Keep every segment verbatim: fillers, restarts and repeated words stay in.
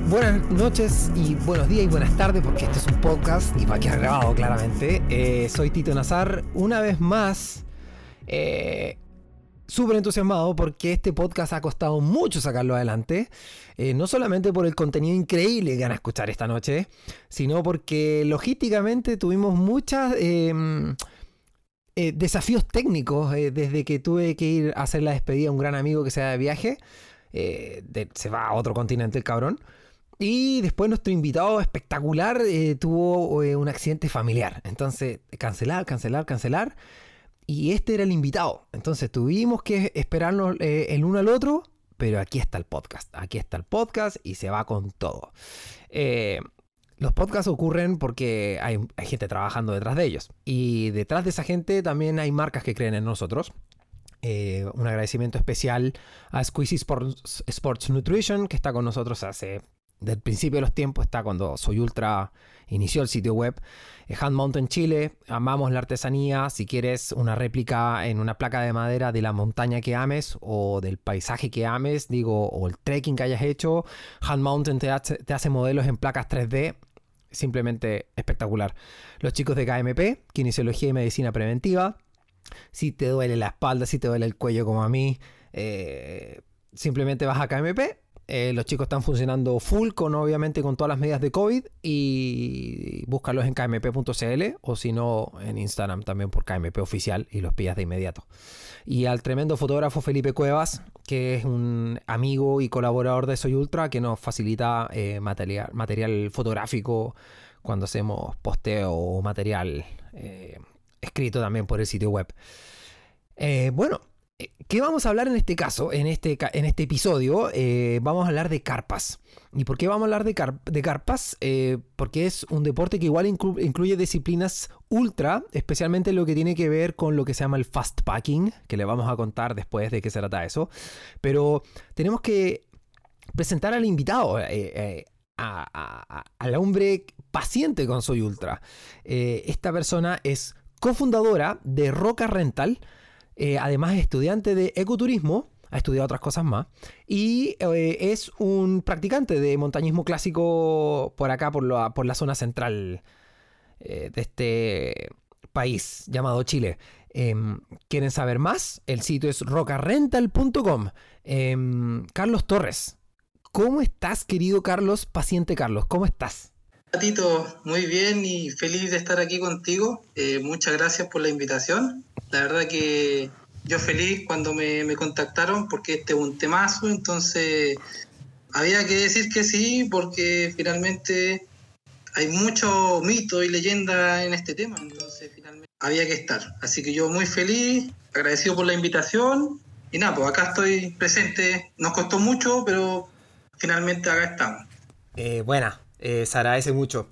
Buenas noches y buenos días y buenas tardes, porque este es un podcast y va a quedar grabado claramente. Eh, soy Tito Nazar, una vez más, eh, súper entusiasmado porque este podcast ha costado mucho sacarlo adelante. Eh, no solamente por el contenido increíble que van a escuchar esta noche, sino porque logísticamente tuvimos muchas... Eh, eh, desafíos técnicos eh, desde que tuve que ir a hacer la despedida a un gran amigo que se va de viaje. Eh, de, se va a otro continente el cabrón. Y después nuestro invitado espectacular eh, tuvo eh, un accidente familiar. Entonces, cancelar, cancelar, cancelar. Y este era el invitado. Entonces tuvimos que esperarnos eh, el uno al otro. Pero aquí está el podcast. Aquí está el podcast y se va con todo. Eh, los podcasts ocurren porque hay, hay gente trabajando detrás de ellos. Y detrás de esa gente también hay marcas que creen en nosotros. Eh, un agradecimiento especial a Squeezy Sports, Sports Nutrition, que está con nosotros hace... Del principio de los tiempos, está cuando Soy Ultra inició el sitio web. eh, Hand Mountain Chile, amamos la artesanía. Si quieres una réplica en una placa de madera de la montaña que ames o del paisaje que ames, digo, o el trekking que hayas hecho, Hand Mountain te hace, te hace modelos en placas tres D. Simplemente espectacular. Los chicos de K M P, Kinesiología y Medicina Preventiva. Si te duele la espalda, si te duele el cuello como a mí, eh, simplemente vas a K M P. Eh, los chicos están funcionando full, con obviamente con todas las medidas de COVID, y búscalos en k m p punto c l o si no en Instagram también por K M P Oficial y los pillas de inmediato. Y al tremendo fotógrafo Felipe Cuevas, que es un amigo y colaborador de Soy Ultra, que nos facilita eh, material, material fotográfico cuando hacemos posteo o material eh, escrito también por el sitio web. Eh, bueno, ¿qué vamos a hablar en este caso? En este, en este episodio eh, vamos a hablar de carpas. ¿Y por qué vamos a hablar de, car de carpas? Eh, porque es un deporte que igual inclu incluye disciplinas ultra, especialmente lo que tiene que ver con lo que se llama el fast packing, que le vamos a contar después de qué se trata eso. Pero tenemos que presentar al invitado, eh, eh, a, a, a, al hombre paciente con Soy Ultra. Eh, esta persona es cofundadora de Roca Rental. Eh, además es estudiante de ecoturismo, ha estudiado otras cosas más, y eh, es un practicante de montañismo clásico por acá, por la, por la zona central eh, de este país llamado Chile. Eh, ¿Quieren saber más? El sitio es roca rental punto com. Eh, Carlos Torres, ¿cómo estás, querido Carlos? Paciente Carlos, ¿cómo estás? Tito, muy bien y feliz de estar aquí contigo. Eh, muchas gracias por la invitación. La verdad que yo feliz cuando me, me contactaron porque este es un temazo, entonces había que decir que sí porque finalmente hay mucho mito y leyenda en este tema, entonces finalmente había que estar. Así que yo muy feliz, agradecido por la invitación y nada, pues acá estoy presente. Nos costó mucho, pero finalmente acá estamos. Eh, buena, eh, se agradece mucho.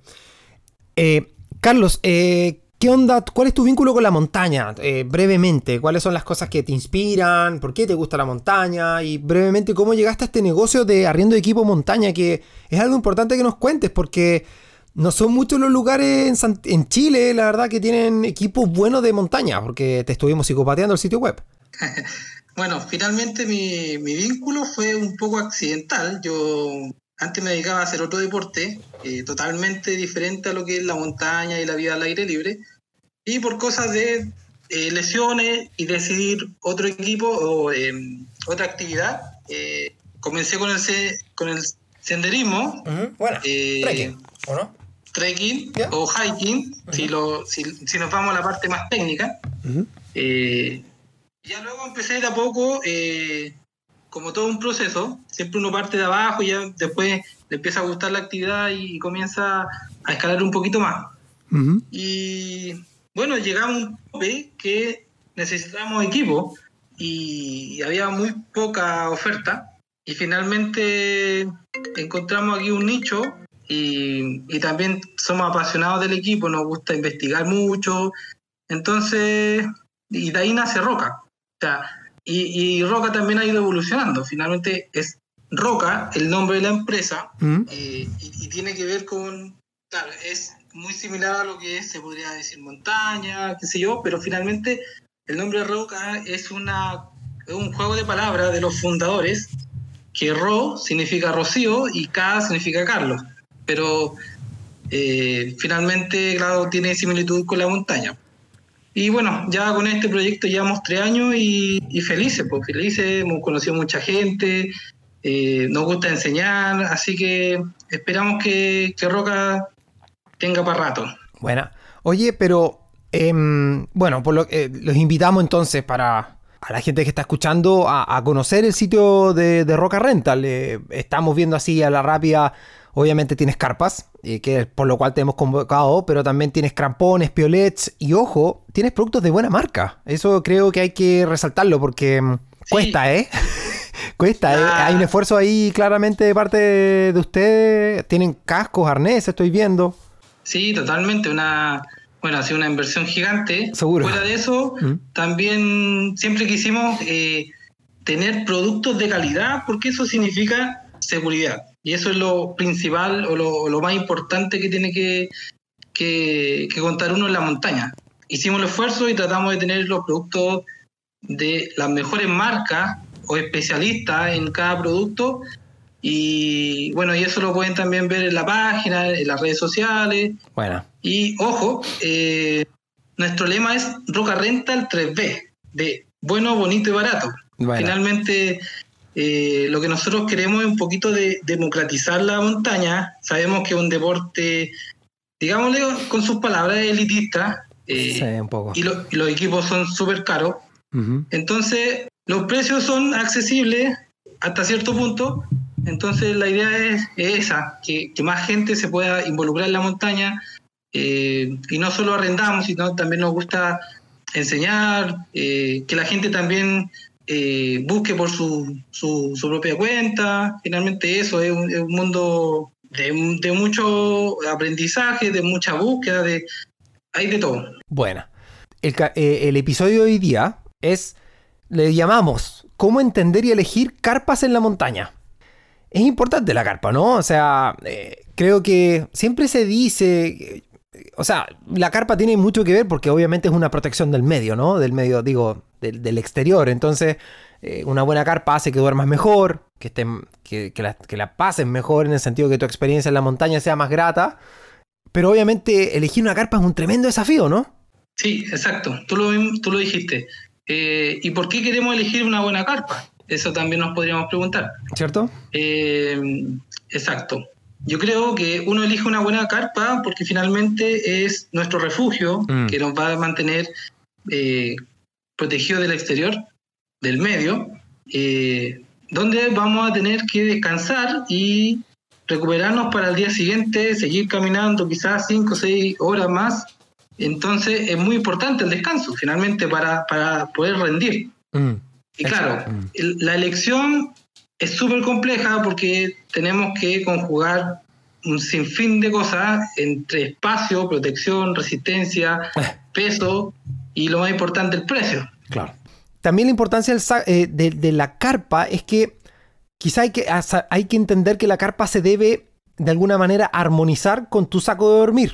Eh, Carlos, eh... ¿qué onda? ¿Cuál es tu vínculo con la montaña? Eh, brevemente, ¿cuáles son las cosas que te inspiran? ¿Por qué te gusta la montaña? Y brevemente, ¿cómo llegaste a este negocio de arriendo de equipo montaña? Que es algo importante que nos cuentes, porque no son muchos los lugares en, San en Chile, la verdad, que tienen equipos buenos de montaña, porque te estuvimos psicopateando el sitio web. Bueno, finalmente mi, mi vínculo fue un poco accidental. Yo antes me dedicaba a hacer otro deporte, eh, totalmente diferente a lo que es la montaña y la vida al aire libre. Y por cosas de eh, lesiones y decidir otro equipo o eh, otra actividad, eh, comencé con el, con el senderismo, Uh-huh. Bueno, eh, trekking, ¿o no? Trekking Yeah. o hiking, Uh-huh. si, lo, si, si nos vamos a la parte más técnica. Uh-huh. eh, ya luego empecé de a poco... Eh, como todo un proceso, siempre uno parte de abajo y ya después le empieza a gustar la actividad y comienza a escalar un poquito más. Uh-huh. Y bueno, llegamos a un tope que necesitábamos equipo y había muy poca oferta y finalmente encontramos aquí un nicho y, y también somos apasionados del equipo, nos gusta investigar mucho, entonces, y de ahí nace Roca. O sea, Y, y Roca también ha ido evolucionando. Finalmente es Roca el nombre de la empresa, mm. eh, y, y tiene que ver con, claro, es muy similar a lo que es, se podría decir montaña, qué sé yo, pero finalmente el nombre Roca es, una, es un juego de palabras de los fundadores que Ro significa Rocío y K significa Carlos, pero eh, finalmente, claro, tiene similitud con la montaña. Y bueno, ya con este proyecto llevamos tres años y, y felices, pues felices, hemos conocido mucha gente, eh, nos gusta enseñar, así que esperamos que, que Roca tenga para rato. Buena. Oye, pero eh, bueno, por lo, eh, los invitamos entonces para a la gente que está escuchando a, a conocer el sitio de, de Roca Rental. Eh, estamos viendo así a la rápida, obviamente tienes carpas, eh, que es por lo cual te hemos convocado, pero también tienes crampones, piolets y ojo, tienes productos de buena marca. Eso creo que hay que resaltarlo porque sí. cuesta, ¿eh? Cuesta, ¿eh? Hay un esfuerzo ahí claramente de parte de ustedes. Tienen cascos, arneses, estoy viendo. Sí, totalmente. Una, bueno, ha sido una inversión gigante. Seguro. Fuera de eso, ¿Mm? también siempre quisimos eh, tener productos de calidad, porque eso significa seguridad. Y eso es lo principal o lo, lo más importante que tiene que, que, que contar uno en la montaña. Hicimos el esfuerzo y tratamos de tener los productos de las mejores marcas o especialistas en cada producto. Y bueno, y eso lo pueden también ver en la página, en las redes sociales. Bueno. Y ojo, eh, nuestro lema es Roca Rental tres B, de bueno, bonito y barato. Bueno. Finalmente, eh, lo que nosotros queremos es un poquito de democratizar la montaña. Sabemos que es un deporte, digámosle con sus palabras, elitista. Eh, sí, un poco. Y, lo, y los equipos son súper caros. Uh-huh. Entonces, los precios son accesibles hasta cierto punto. Entonces la idea es, es esa, que, que más gente se pueda involucrar en la montaña, eh, y no solo arrendamos, sino también nos gusta enseñar, eh, que la gente también eh, busque por su, su, su propia cuenta. Finalmente eso es un, es un mundo de, de mucho aprendizaje, de mucha búsqueda, de hay de todo. Bueno, el, eh, el episodio de hoy día es, le llamamos ¿cómo entender y elegir carpas en la montaña? Es importante la carpa, ¿no? O sea, eh, creo que siempre se dice, eh, o sea, la carpa tiene mucho que ver porque obviamente es una protección del medio, ¿no? Del medio, digo, del, del exterior. Entonces, eh, una buena carpa hace que duermas mejor, que, estén, que, que, la, que la pases mejor en el sentido que tu experiencia en la montaña sea más grata. Pero obviamente elegir una carpa es un tremendo desafío, ¿no? Sí, exacto. Tú lo, tú lo dijiste. Eh, ¿Y por qué queremos elegir una buena carpa? Eso también nos podríamos preguntar. ¿Cierto? Eh, exacto. Yo creo que uno elige una buena carpa porque finalmente es nuestro refugio, mm. que nos va a mantener eh, protegidos del exterior, del medio, eh, donde vamos a tener que descansar y recuperarnos para el día siguiente, seguir caminando quizás cinco o seis horas más. Entonces es muy importante el descanso, finalmente, para, para poder rendir. Mm. Y claro, la elección es súper compleja porque tenemos que conjugar un sinfín de cosas entre espacio, protección, resistencia, peso y lo más importante, el precio. Claro. También la importancia del, eh, de, de la carpa es que quizá hay que, hay que entender que la carpa se debe de alguna manera armonizar con tu saco de dormir.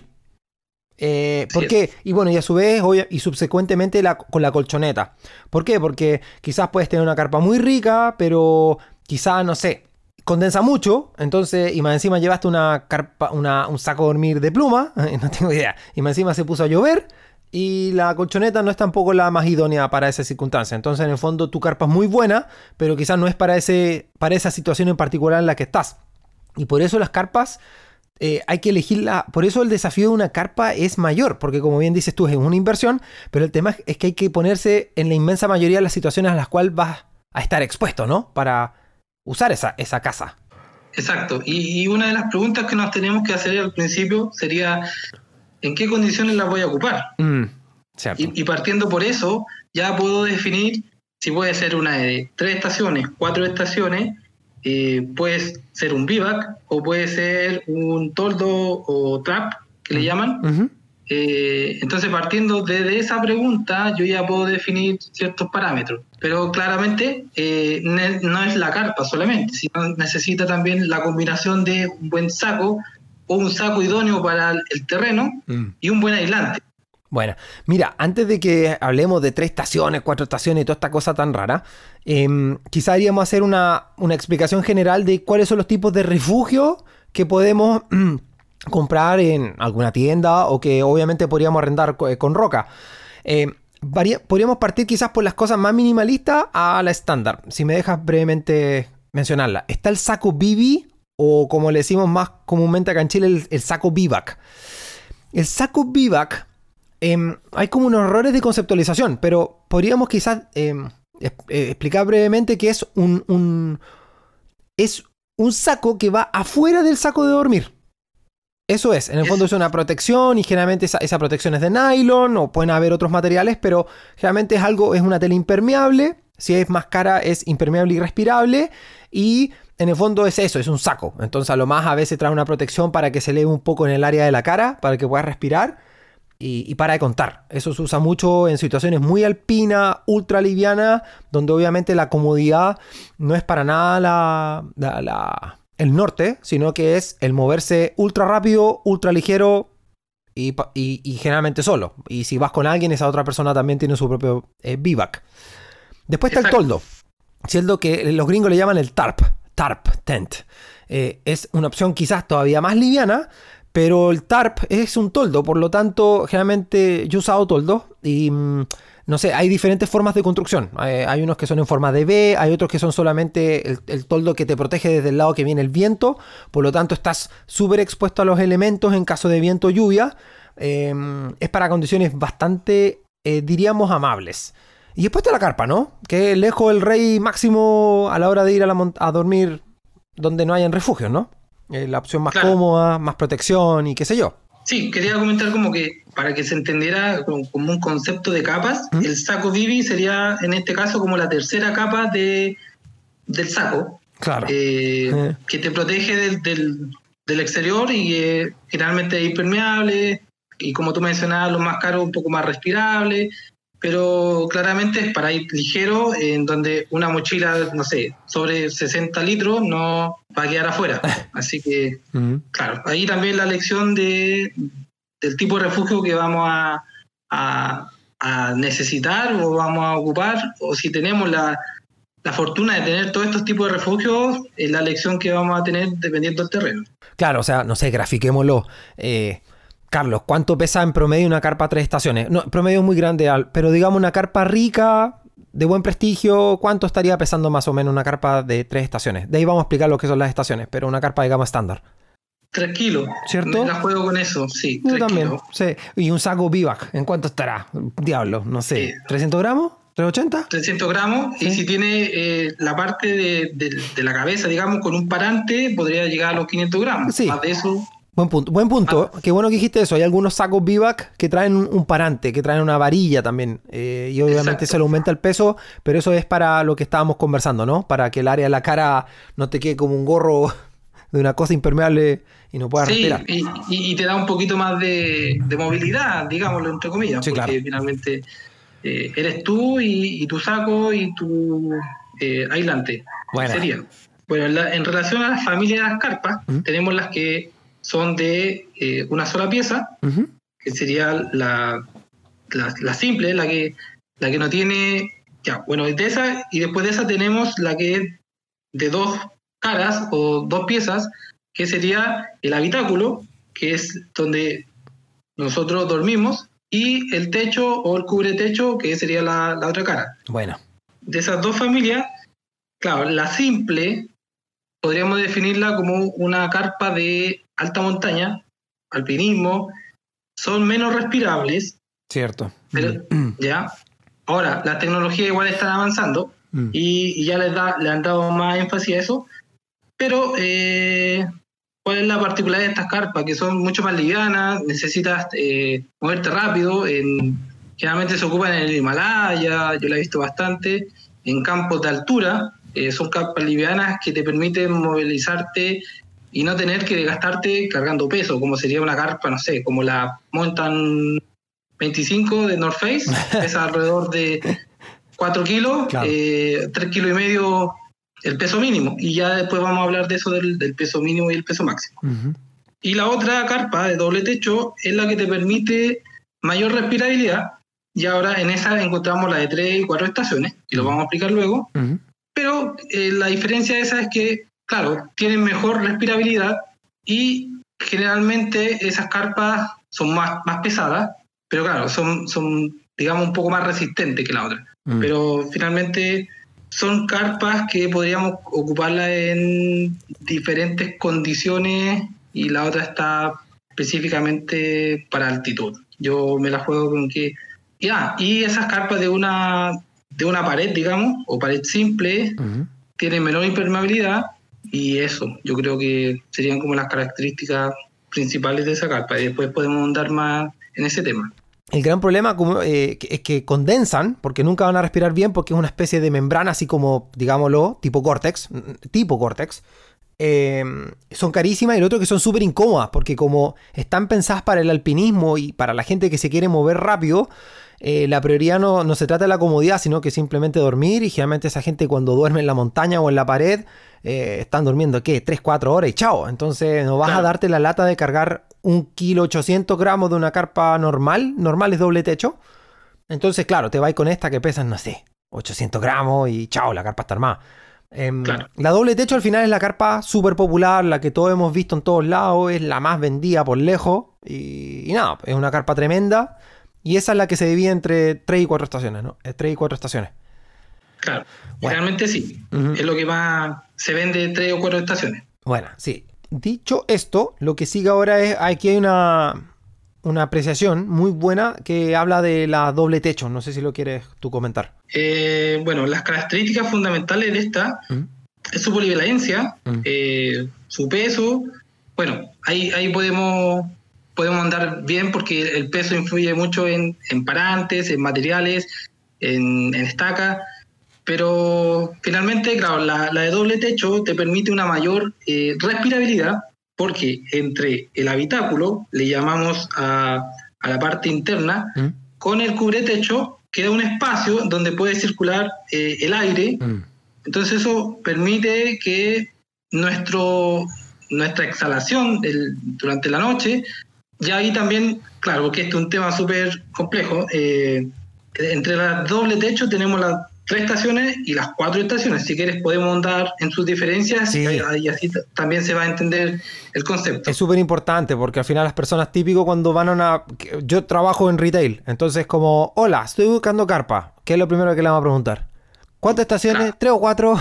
Eh, ¿Por qué? Y bueno, y a su vez, y subsecuentemente la, con la colchoneta. ¿Por qué? Porque quizás puedes tener una carpa muy rica, pero quizás, no sé, condensa mucho. Entonces, y más encima llevaste una carpa, una, un saco de dormir de pluma, no tengo idea. Y más encima se puso a llover y la colchoneta no es tampoco la más idónea para esa circunstancia. Entonces, en el fondo, tu carpa es muy buena, pero quizás no es para, ese, para esa situación en particular en la que estás. Y por eso las carpas... Eh, hay que elegirla, por eso el desafío de una carpa es mayor, porque como bien dices tú, es una inversión, pero el tema es que hay que ponerse en la inmensa mayoría de las situaciones a las cuales vas a estar expuesto, ¿no? Para usar esa, esa casa. Exacto, y, y una de las preguntas que nos tenemos que hacer al principio sería, ¿en qué condiciones las voy a ocupar? Mm, cierto. Y, y partiendo por eso, ya puedo definir si puede ser una de tres estaciones, cuatro estaciones. Eh, puede ser un bivac o puede ser un toldo o trap, que le llaman. Uh-huh. Eh, entonces, partiendo de esa pregunta, yo ya puedo definir ciertos parámetros. Pero claramente eh, ne- no es la carpa solamente, sino necesita también la combinación de un buen saco o un saco idóneo para el terreno uh-huh. y un buen aislante. Bueno, mira, antes de que hablemos de tres estaciones, cuatro estaciones y toda esta cosa tan rara, eh, quizá haríamos hacer una, una explicación general de cuáles son los tipos de refugio que podemos comprar en alguna tienda o que obviamente podríamos arrendar co- con Roca. Eh, varía- podríamos partir quizás por las cosas más minimalistas a la estándar. Si me dejas brevemente mencionarla. Está el saco Bibi o como le decimos más comúnmente acá en Chile, el, el saco Bivac. El saco Bivac, eh, hay como unos errores de conceptualización, pero podríamos quizás eh, es- eh, explicar brevemente que es un, un, es un saco que va afuera del saco de dormir. Eso es, en el fondo Es, es una protección y generalmente esa, esa protección es de nylon o pueden haber otros materiales, pero generalmente es algo, es una tela impermeable, si es más cara es impermeable y respirable y en el fondo es eso, es un saco. Entonces a lo más a veces trae una protección para que se eleve un poco en el área de la cara, para que puedas respirar y, y para de contar. Eso se usa mucho en situaciones muy alpinas, ultra livianas, donde obviamente la comodidad no es para nada la, la- la- el norte, sino que es el moverse ultra rápido, ultra ligero y, pa- y- y generalmente solo. Y si vas con alguien, esa otra persona también tiene su propio eh, bivac. Después está el exacto. toldo, siendo que los gringos le llaman el tarp, tarp tent. Eh, es una opción quizás todavía más liviana, pero el tarp es un toldo, por lo tanto, generalmente yo he usado toldo y mm, no sé, hay diferentes formas de construcción. Eh, hay unos que son en forma de V, hay otros que son solamente el, el toldo que te protege desde el lado que viene el viento, por lo tanto estás súper expuesto a los elementos en caso de viento o lluvia. Eh, es para condiciones bastante, eh, diríamos, amables. Y después está la carpa, ¿no? Que es lejos el rey máximo a la hora de ir a, la mont- a dormir donde no hayan refugios, ¿no? Eh, la opción más Claro. cómoda, más protección y qué sé yo. Sí, quería comentar como que para que se entendiera como, como un concepto de capas, ¿Mm? el saco Vivi sería en este caso como la tercera capa de, del saco, Claro. eh, Eh, que te protege del, del, del exterior y que generalmente es impermeable y como tú mencionabas, lo más caro un poco más respirable, pero claramente es para ir ligero, en donde una mochila, no sé, sobre sesenta litros no va a quedar afuera. Así que, mm. claro, ahí también la lección de, del tipo de refugio que vamos a, a, a necesitar o vamos a ocupar, o si tenemos la, la fortuna de tener todos estos tipos de refugios, es la lección que vamos a tener dependiendo del terreno. Claro, o sea, no sé, grafiquémoslo. Eh, Carlos, ¿cuánto pesa en promedio una carpa tres estaciones? No, promedio es muy grande, al- pero digamos una carpa rica, de buen prestigio, ¿cuánto estaría pesando más o menos una carpa de tres estaciones? De ahí vamos a explicar lo que son las estaciones, pero una carpa, digamos, estándar. Tres kilos. ¿Cierto? Me la juego con eso, sí, Yo tres también, kilos. sí. Y un saco Bivac, ¿en cuánto estará? Diablo, no sé. Eh, ¿trescientos gramos? ¿trescientos ochenta? trescientos gramos, Sí. y si tiene eh, la parte de, de, de la cabeza, digamos, con un parante, podría llegar a los quinientos gramos. Sí. Más de eso, Buen punto, buen punto. Qué bueno que dijiste eso. Hay algunos sacos Bivac que traen un, un parante, que traen una varilla también. Eh, y obviamente exacto. se le aumenta el peso, pero eso es para lo que estábamos conversando, ¿no? Para que el área de la cara no te quede como un gorro de una cosa impermeable y no puedas Sí, respirar. y, y, y te da un poquito más de, de movilidad, digámoslo entre comillas, Sí, porque claro. finalmente eh, eres tú y, y tu saco y tu eh, aislante. Buena. Sería. Bueno, en, la- en relación a las familias de las carpas, ¿Mm? tenemos las que son de eh, una sola pieza, Ujú. que sería la, la, la simple, la que, la que no tiene, ya, bueno, de esa, y después de esa tenemos la que es de dos caras o dos piezas, que sería el habitáculo, que es donde nosotros dormimos, y el techo o el cubretecho, que sería la, la otra cara. Bueno. De esas dos familias, claro, la simple podríamos definirla como una carpa de alta montaña, alpinismo, son menos respirables, Cierto. pero Mm. ya. Ahora, las tecnologías igual están avanzando Mm. y, y ya les da, le han dado más énfasis a eso, pero eh, ¿cuál es la particularidad de estas carpas? Que son mucho más livianas, necesitas eh, moverte rápido, en, generalmente se ocupan en el Himalaya, yo la he visto bastante, en campos de altura, eh, son carpas livianas que te permiten movilizarte y no tener que desgastarte cargando peso, como sería una carpa, no sé, como la Mountain veinticinco de North Face, pesa alrededor de cuatro kilos, Claro. eh, tres kilos y medio el peso mínimo, y ya después vamos a hablar de eso del, del peso mínimo y el peso máximo. Ujú. Y la otra carpa de doble techo es la que te permite mayor respirabilidad, y ahora en esa encontramos la de tres y cuatro estaciones, y lo vamos a explicar luego, uh-huh. pero eh, la diferencia de esa es que, claro, tienen mejor respirabilidad y generalmente esas carpas son más, más pesadas, pero claro, son, son, digamos, un poco más resistentes que la otra. Uh-huh. Pero finalmente son carpas que podríamos ocuparlas en diferentes condiciones y la otra está específicamente para altitud. Yo me la juego con que... Ya, y esas carpas de una, de una pared, digamos, o pared simple, uh-huh. tienen menor impermeabilidad y eso, yo creo que serían como las características principales de esa carpa y después podemos andar más en ese tema. El gran problema eh, es que condensan, porque nunca van a respirar bien, porque es una especie de membrana así como, digámoslo, tipo Gore-Tex, tipo Gore-Tex. Eh, son carísimas y lo otro que son súper incómodas, porque como están pensadas para el alpinismo y para la gente que se quiere mover rápido, eh, la prioridad no, no se trata de la comodidad, sino que simplemente dormir, y generalmente esa gente cuando duerme en la montaña o en la pared, eh, están durmiendo, ¿qué? tres, cuatro horas y chao. Entonces no vas claro. a darte la lata de cargar un kilo ochocientos gramos de una carpa normal, normal es doble techo. Entonces, claro, te vas con esta que pesan, no sé, ochocientos gramos y chao, la carpa está armada. Eh, claro. La doble techo al final es la carpa súper popular, la que todos hemos visto en todos lados, es la más vendida por lejos y, y nada, es una carpa tremenda y esa es la que se divide entre tres y cuatro estaciones, ¿no? tres y cuatro estaciones. Claro, bueno. Realmente sí, uh-huh. es lo que más se vende, tres o cuatro estaciones. Bueno, sí. Dicho esto, lo que sigue ahora es, aquí hay una, una apreciación muy buena que habla de la doble techo. No sé si lo quieres tú comentar. Eh, bueno, las características fundamentales de esta ¿Mm? es su polivalencia, ¿Mm? eh, su peso. Bueno, ahí, ahí podemos, podemos andar bien porque el peso influye mucho en, en parantes, en materiales, en, en estacas. Pero finalmente, claro, la, la de doble techo te permite una mayor eh, respirabilidad porque entre el habitáculo, le llamamos a, a la parte interna, ¿Mm? con el cubretecho queda un espacio donde puede circular eh, el aire. ¿Mm? Entonces eso permite que nuestro, nuestra exhalación del, durante la noche, ya ahí también, claro, porque este es un tema súper complejo, eh, entre la doble techo tenemos la tres estaciones y las cuatro estaciones. Si quieres podemos andar en sus diferencias sí. y, y así t- también se va a entender el concepto. Es súper importante porque al final las personas típicos cuando van a una... Yo trabajo en retail, entonces como, hola, estoy buscando carpa. ¿Qué es lo primero que le vamos a preguntar? ¿Cuántas estaciones? Claro. ¿Tres o cuatro?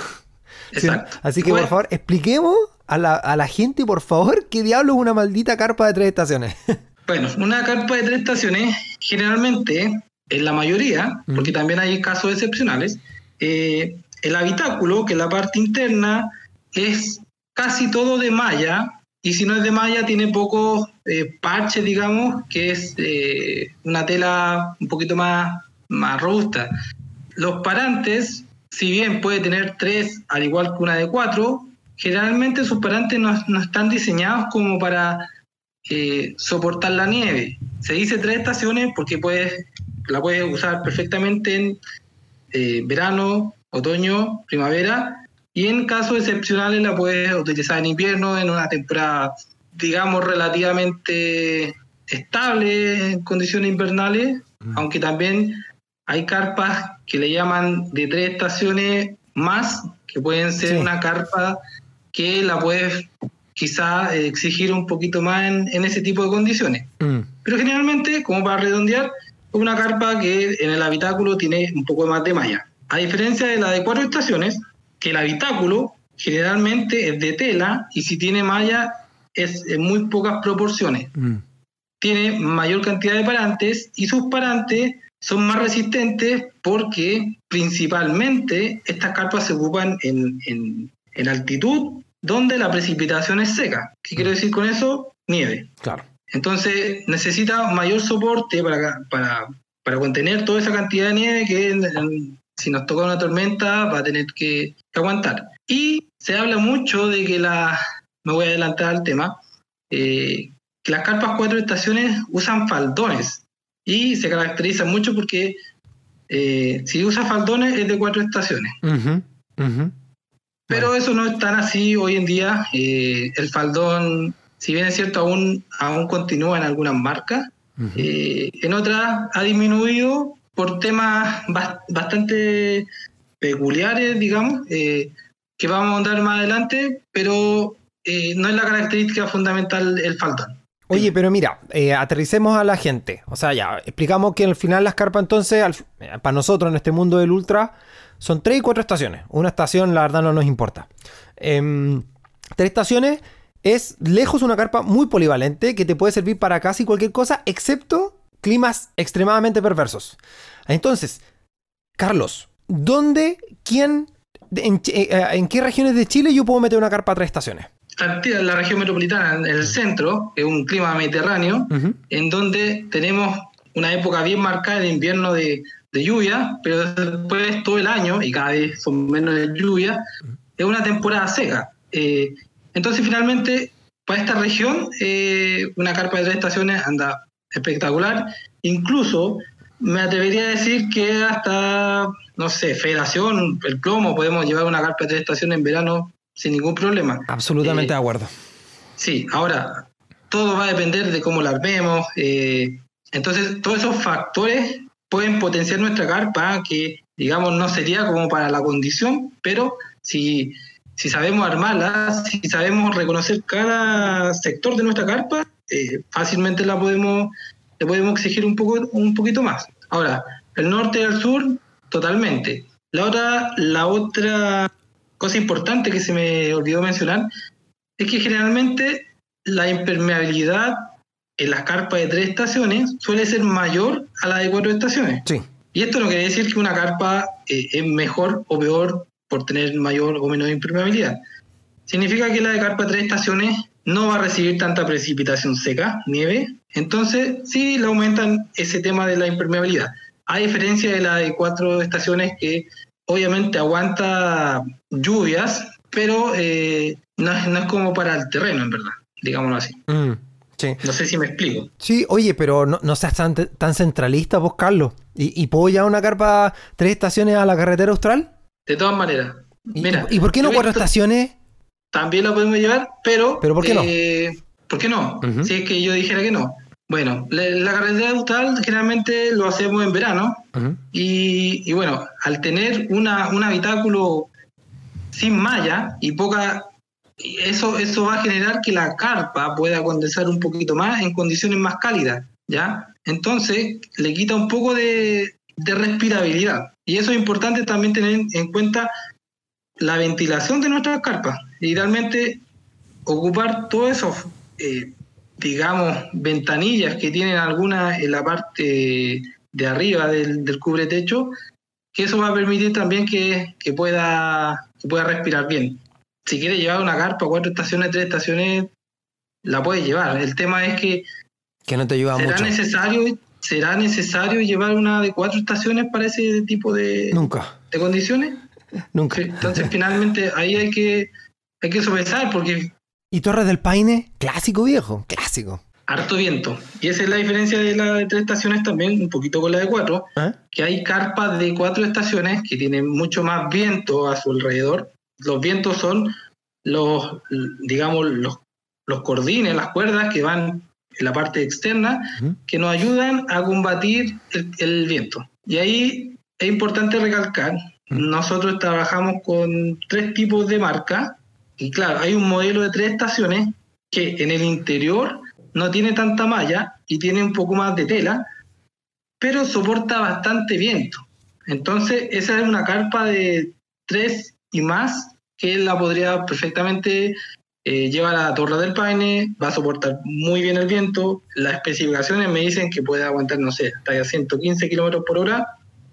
Exacto. Sí, así que bueno, por favor, expliquemos a la, a la gente, por favor, qué diablo es una maldita carpa de tres estaciones. Bueno, una carpa de tres estaciones generalmente... En la mayoría, porque también hay casos excepcionales, eh, el habitáculo, que es la parte interna, es casi todo de malla, y si no es de malla tiene pocos eh, parches, digamos, que es eh, una tela un poquito más, más robusta. Los parantes, si bien puede tener tres, al igual que una de cuatro, generalmente sus parantes no, no están diseñados como para eh, soportar la nieve. Se dice tres estaciones porque puedes... la puedes usar perfectamente en eh, verano, otoño, primavera, y en casos excepcionales la puedes utilizar en invierno, en una temporada, digamos, relativamente estable en condiciones invernales, mm. aunque también hay carpas que le llaman de tres estaciones más, que pueden ser sí. una carpa que la puedes quizá eh, exigir un poquito más en, en ese tipo de condiciones. Mm. Pero generalmente, como para redondear, una carpa que en el habitáculo tiene un poco más de malla. A diferencia de la de cuatro estaciones, que el habitáculo generalmente es de tela y si tiene malla es en muy pocas proporciones. Mm. Tiene mayor cantidad de parantes y sus parantes son más resistentes porque principalmente estas carpas se ocupan en, en, en altitud donde la precipitación es seca. ¿Qué mm. quiero decir con eso? Nieve. Claro. Entonces necesita mayor soporte para, para, para contener toda esa cantidad de nieve que en, en, si nos toca una tormenta va a tener que, que aguantar. Y se habla mucho de que la, me voy a adelantar al tema, eh, que las carpas cuatro estaciones usan faldones y se caracterizan mucho porque eh, si usa faldones es de cuatro estaciones. Uh-huh, uh-huh. Pero bueno. Eso no es tan así hoy en día. Eh, el faldón... Si bien es cierto, aún, aún continúa en algunas marcas, Uh-huh. Eh, en otras ha disminuido por temas bast- bastante peculiares, digamos, eh, que vamos a andar más adelante, pero eh, no es la característica fundamental el faldón. Oye, pero mira, eh, aterricemos a la gente. O sea, ya, explicamos que al final las carpas entonces, al, eh, para nosotros en este mundo del ultra, son tres y cuatro estaciones. Una estación, la verdad, no nos importa. Eh, tres estaciones es lejos una carpa muy polivalente que te puede servir para casi cualquier cosa, excepto climas extremadamente perversos. Entonces, Carlos, ¿dónde, quién, en, en, en qué regiones de Chile yo puedo meter una carpa a tres estaciones? En la región metropolitana, en el centro, es un clima mediterráneo, uh-huh. en donde tenemos una época bien marcada de invierno de, de lluvia, pero después todo el año, y cada vez son menos de lluvia, uh-huh. es una temporada seca. Eh, entonces, finalmente, para esta región, eh, una carpa de tres estaciones anda espectacular. Incluso, me atrevería a decir que hasta, no sé, Federación, el Plomo, podemos llevar una carpa de tres estaciones en verano sin ningún problema. Absolutamente eh, de acuerdo. Sí, ahora, todo va a depender de cómo la armemos. Eh, entonces, todos esos factores pueden potenciar nuestra carpa, que, digamos, no sería como para la condición, pero si, si sabemos armarla, si sabemos reconocer cada sector de nuestra carpa, eh, fácilmente la podemos, le podemos exigir un, poco, un poquito más. Ahora, el norte y el sur, totalmente. La otra, la otra cosa importante que se me olvidó mencionar es que generalmente la impermeabilidad en las carpas de tres estaciones suele ser mayor a la de cuatro estaciones. Sí. Y esto no quiere decir que una carpa eh, es mejor o peor por tener mayor o menor impermeabilidad. Significa que la de carpa de tres estaciones no va a recibir tanta precipitación seca, nieve, entonces sí le aumentan ese tema de la impermeabilidad. A diferencia de la de cuatro estaciones que obviamente aguanta lluvias, pero eh, no, es, no es como para el terreno, en verdad, digámoslo así. Mm, sí. No sé si me explico. Sí, oye, pero no, no seas tan, tan centralista vos, Carlos. ¿Y, ¿Y puedo llevar una carpa tres estaciones a la carretera austral? De todas maneras. Mira, ¿Y, ¿y por qué no cuatro estaciones? También la podemos llevar, pero... ¿Pero por qué no? Eh, ¿Por qué no? Uh-huh. Si es que yo dijera que no. Bueno, la, la carretera austral generalmente lo hacemos en verano. Uh-huh. y, y bueno, al tener una, un habitáculo sin malla y poca... Eso, eso va a generar que la carpa pueda condensar un poquito más en condiciones más cálidas, ¿ya? Entonces, le quita un poco de, de respirabilidad. Y eso es importante también tener en cuenta la ventilación de nuestras carpas. Idealmente, ocupar todos esos, eh, digamos, ventanillas que tienen algunas en la parte de arriba del, del cubretecho, que eso va a permitir también que, que, pueda, que pueda respirar bien. Si quieres llevar una carpa, cuatro estaciones, tres estaciones, la puedes llevar. El tema es que, que no te ayuda ¿será mucho. Necesario, ¿Será necesario llevar una de cuatro estaciones para ese tipo de, Nunca. de condiciones? Nunca. Sí, entonces, finalmente, ahí hay que, hay que sopesar porque... ¿Y Torres del Paine? Clásico, viejo. Clásico. Harto viento. Y esa es la diferencia de la de tres estaciones también, un poquito con la de cuatro, ¿eh? Que hay carpas de cuatro estaciones que tienen mucho más viento a su alrededor. Los vientos son los, digamos, los, los cordines, las cuerdas que van en la parte externa, uh-huh. que nos ayudan a combatir el, el viento. Y ahí es importante recalcar, uh-huh. nosotros trabajamos con tres tipos de marca, y claro, hay un modelo de tres estaciones que en el interior no tiene tanta malla y tiene un poco más de tela, pero soporta bastante viento. Entonces, esa es una carpa de tres y más, que la podría perfectamente eh, llevar a Torres del Paine, va a soportar muy bien el viento. Las especificaciones me dicen que puede aguantar, no sé, hasta ciento quince kilómetros por hora.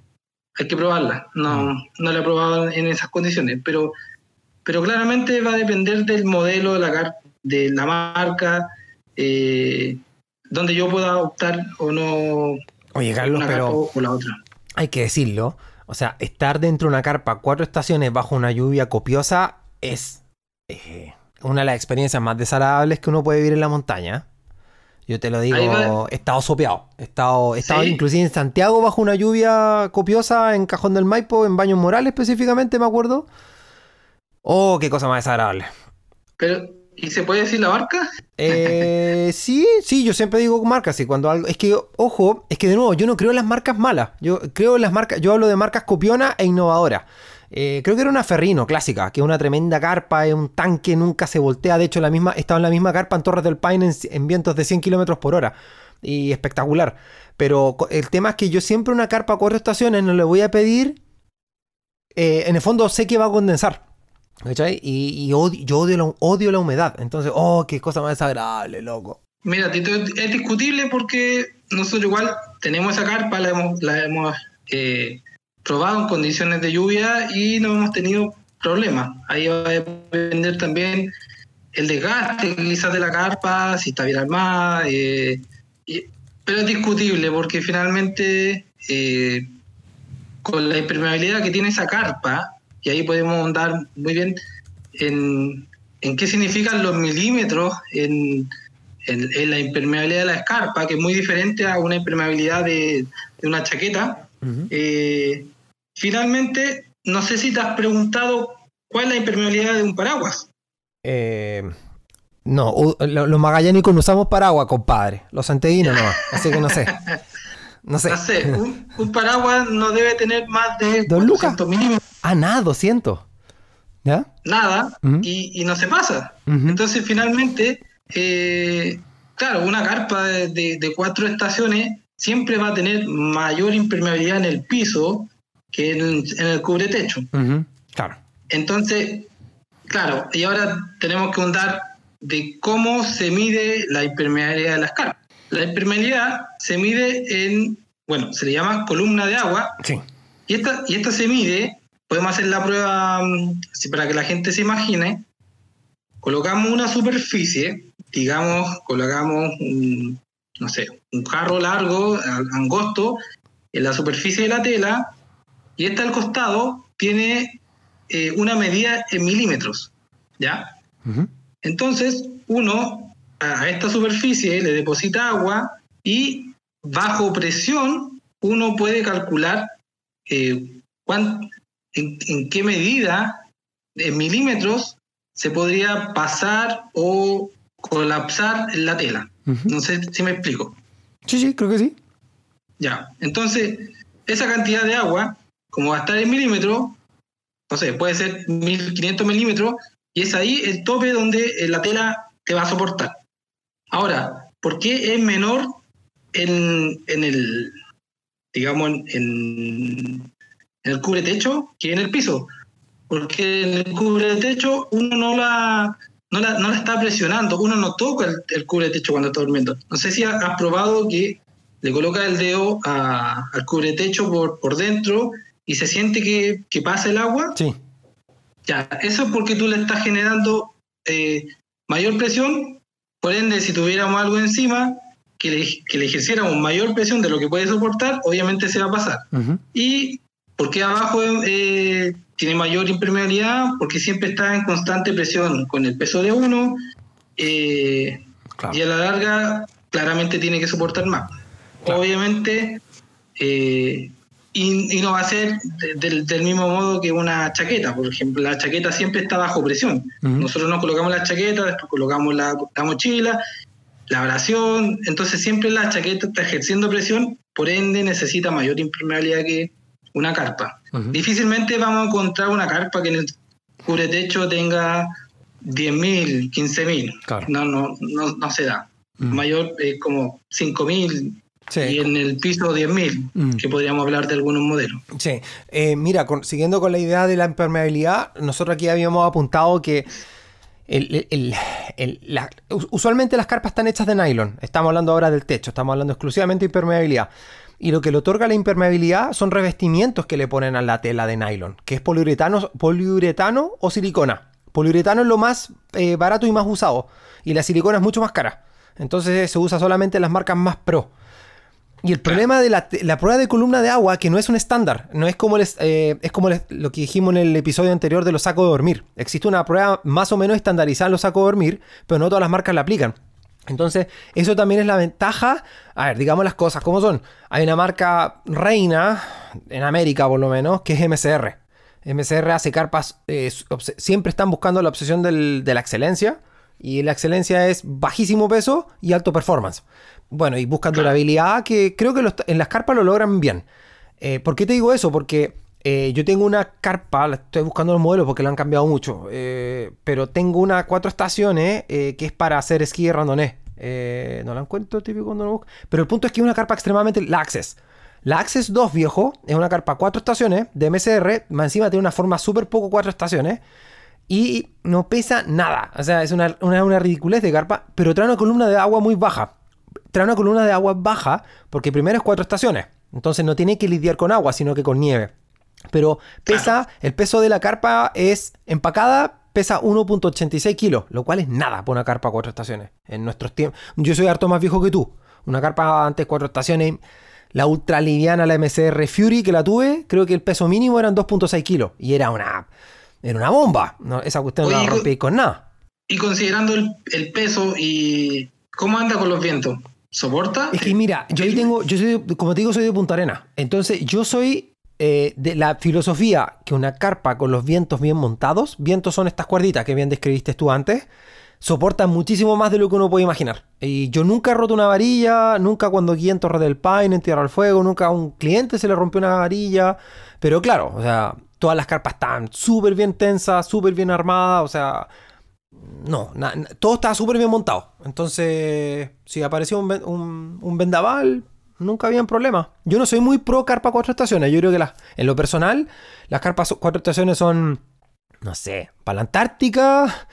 Hay que probarla, no, no la he probado en esas condiciones, pero, pero claramente va a depender del modelo, de la, car- de la marca, eh, donde yo pueda optar o no. Oye, Carlos, una pero carpa o la otra. Hay que decirlo. O sea, estar dentro de una carpa cuatro estaciones bajo una lluvia copiosa es eh, una de las experiencias más desagradables que uno puede vivir en la montaña. Yo te lo digo, he estado sopeado. He estado, he estado ¿sí? inclusive en Santiago bajo una lluvia copiosa, en Cajón del Maipo, en Baños Morales específicamente, me acuerdo. Oh, qué cosa más desagradable. Pero, ¿Y se puede decir la marca? Eh, sí, sí, yo siempre digo marcas, y cuando algo, es que, ojo, es que de nuevo, yo no creo en las marcas malas, yo creo en las marcas, yo hablo de marcas copionas e innovadoras. Eh, creo que era una Ferrino clásica, que es una tremenda carpa, es un tanque, nunca se voltea, de hecho la misma, estaba en la misma carpa en Torres del Paine en, en vientos de cien kilómetros por hora, y espectacular. Pero el tema es que yo siempre una carpa a cuatro estaciones no le voy a pedir, eh, en el fondo sé que va a condensar. ¿Cachai? Y, y odio, yo odio la, odio la humedad. Entonces, oh, qué cosa más desagradable, loco. Mira, Tito, es discutible porque nosotros igual tenemos esa carpa, la hemos, la hemos eh, probado en condiciones de lluvia y no hemos tenido problemas. Ahí va a depender también el desgaste quizás de la carpa, si está bien armada. Eh, y, pero es discutible porque finalmente eh, con la impermeabilidad que tiene esa carpa, y ahí podemos andar muy bien en, en qué significan los milímetros en, en, en la impermeabilidad de la escarpa, que es muy diferente a una impermeabilidad de, de una chaqueta. Uh-huh. Eh, finalmente, no sé si te has preguntado cuál es la impermeabilidad de un paraguas. Eh, no, los magallánicos no usamos paraguas, compadre. Los santiaguinos no, así que no sé. No sé. No sé, un, un paraguas no debe tener más de cuatrocientos milímetros. Ah, nada, doscientos. ¿Ya? Nada, uh-huh. y, y no se pasa. Uh-huh. Entonces, finalmente, eh, claro, una carpa de, de, de cuatro estaciones siempre va a tener mayor impermeabilidad en el piso que en, en el cubretecho. Uh-huh. Claro. Entonces, claro, y ahora tenemos que ahondar de cómo se mide la impermeabilidad de las carpas. La impermeabilidad se mide en, bueno, se le llama columna de agua. Sí. Y esta, y esta se mide, podemos hacer la prueba así para que la gente se imagine. Colocamos una superficie, digamos, colocamos un, no sé, un jarro largo, angosto, en la superficie de la tela, y esta al costado tiene eh, una medida en milímetros, ¿ya? Uh-huh. Entonces, uno a esta superficie le deposita agua y bajo presión uno puede calcular eh, cuán, en, en qué medida en milímetros se podría pasar o colapsar la tela. Uh-huh. No sé si me explico. Sí, sí, creo que sí. Ya, entonces esa cantidad de agua, como va a estar en milímetros, no sé, puede ser mil quinientos milímetros, y es ahí el tope donde la tela te va a soportar. Ahora, ¿por qué es menor en, en el, digamos, en, en el cubretecho que en el piso? Porque en el cubretecho uno no la, no la, no la está presionando, uno no toca el, el cubretecho cuando está durmiendo. No sé si has probado que le colocas el dedo a, al cubretecho por, por dentro y se siente que, que pasa el agua. Sí. Ya, eso es porque tú le estás generando eh, mayor presión. Por ende, si tuviéramos algo encima que le, que le ejerciéramos mayor presión de lo que puede soportar, obviamente se va a pasar. Uh-huh. Y porque abajo eh, tiene mayor impermeabilidad, porque siempre está en constante presión con el peso de uno, eh, claro. Y a la larga claramente tiene que soportar más. Claro. Obviamente, eh, y, y no va a ser de, de, del mismo modo que una chaqueta. Por ejemplo, la chaqueta siempre está bajo presión. Uh-huh. Nosotros nos colocamos la chaqueta, después colocamos la, la mochila, la abrasión, entonces siempre la chaqueta está ejerciendo presión, por ende necesita mayor impermeabilidad que una carpa. Uh-huh. Difícilmente vamos a encontrar una carpa que en el cubretecho tenga diez mil, quince mil. Claro. No, no, no, no se da. Uh-huh. Mayor es eh, como cinco mil. Sí. Y en el piso diez mil, mm. que podríamos hablar de algunos modelos. Sí, eh, mira, con, siguiendo con la idea de la impermeabilidad, nosotros aquí habíamos apuntado que el, el, el, la, usualmente las carpas están hechas de nylon. Estamos hablando ahora del techo, estamos hablando exclusivamente de impermeabilidad. Y lo que le otorga la impermeabilidad son revestimientos que le ponen a la tela de nylon, que es poliuretano, poliuretano o silicona. Poliuretano es lo más eh, barato y más usado, y la silicona es mucho más cara. Entonces se usa solamente en las marcas más pro. Y el problema de la, la prueba de columna de agua, que no es un estándar, no es como, les, eh, es como les, lo que dijimos en el episodio anterior de los sacos de dormir. Existe una prueba más o menos estandarizada en los sacos de dormir, pero no todas las marcas la aplican. Entonces, eso también es la ventaja. A ver, digamos las cosas como son. Hay una marca reina, en América por lo menos, que es M C R. M C R hace carpas, eh, siempre están buscando la obsesión del, de la excelencia. Y la excelencia es bajísimo peso y alto performance. Bueno, y buscan durabilidad, que creo que los, en las carpas lo logran bien. Eh, ¿Por qué te digo eso? Porque eh, yo tengo una carpa, la estoy buscando los modelos porque la han cambiado mucho, eh, pero tengo una cuatro estaciones eh, que es para hacer esquí de randonés. Eh, no la encuentro típico cuando lo busco. Pero el punto es que es una carpa extremadamente... La Access. La Access dos, viejo, es una carpa cuatro estaciones de M C R. Más encima tiene una forma súper poco cuatro estaciones. Y no pesa nada. O sea, es una, una, una ridiculez de carpa. Pero trae una columna de agua muy baja. Trae una columna de agua baja porque primero es cuatro estaciones. Entonces no tiene que lidiar con agua, sino que con nieve. Pero pesa, el peso de la carpa es empacada, pesa uno punto ochenta y seis kilos, lo cual es nada para una carpa cuatro estaciones. En nuestros tiempos, yo soy harto más viejo que tú. Una carpa antes cuatro estaciones, la ultra liviana, la M C R Fury que la tuve, creo que el peso mínimo eran dos punto seis kilos. Y era una, era una bomba. No, esa cuestión Oye, no la rompí con nada. Y considerando el, el peso y cómo anda con los vientos, ¿soporta? Es que mira, yo ahí tengo, yo soy, de- como te digo, soy de Punta Arenas. Entonces yo soy eh, de la filosofía que una carpa con los vientos bien montados, vientos son estas cuerditas que bien describiste tú antes, soportan muchísimo más de lo que uno puede imaginar. Y yo nunca he roto una varilla, nunca cuando guíe en Torre del Paine, en Tierra del Fuego, nunca a un cliente se le rompió una varilla. Pero claro, o sea, todas las carpas están súper bien tensas, súper bien armadas, o sea... No, na- na- todo estaba súper bien montado. Entonces, si apareció un, ven- un, un vendaval, nunca habían problema. Yo no soy muy pro carpa cuatro estaciones. Yo creo que las, en lo personal, las carpas so- cuatro estaciones son, no sé, para la Antártica,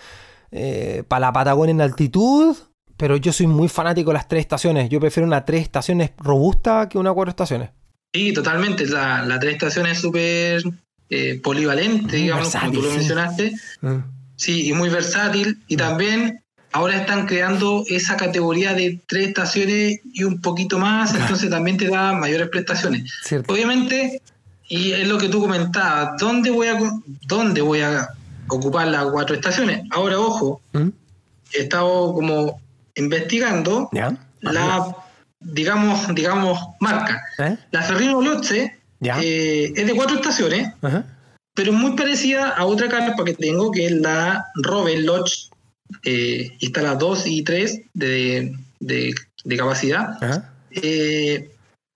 eh, para la Patagonia en altitud. Pero yo soy muy fanático de las tres estaciones. Yo prefiero una tres estaciones robusta que una cuatro estaciones. Sí, totalmente. La, la tres estaciones es súper eh, polivalente, Muy digamos, como tú versátil, lo sí. mencionaste. Mm. Sí, y muy versátil. Y también ahora están creando esa categoría de tres estaciones y un poquito más, entonces también te da mayores prestaciones. Cierto. Obviamente, y es lo que tú comentabas, ¿dónde voy a, co- dónde voy a ocupar las cuatro estaciones? Ahora, ojo, ¿Mm? he estado como investigando ¿Ya? la, digamos, digamos, marca. ¿Eh? La Ferrino Lotse ¿Ya? eh, es de cuatro estaciones, Ajá. pero es muy parecida a otra carpa que tengo, que es la Robert Lodge. Eh, y está la dos y tres de, de, de capacidad. Ajá. Eh,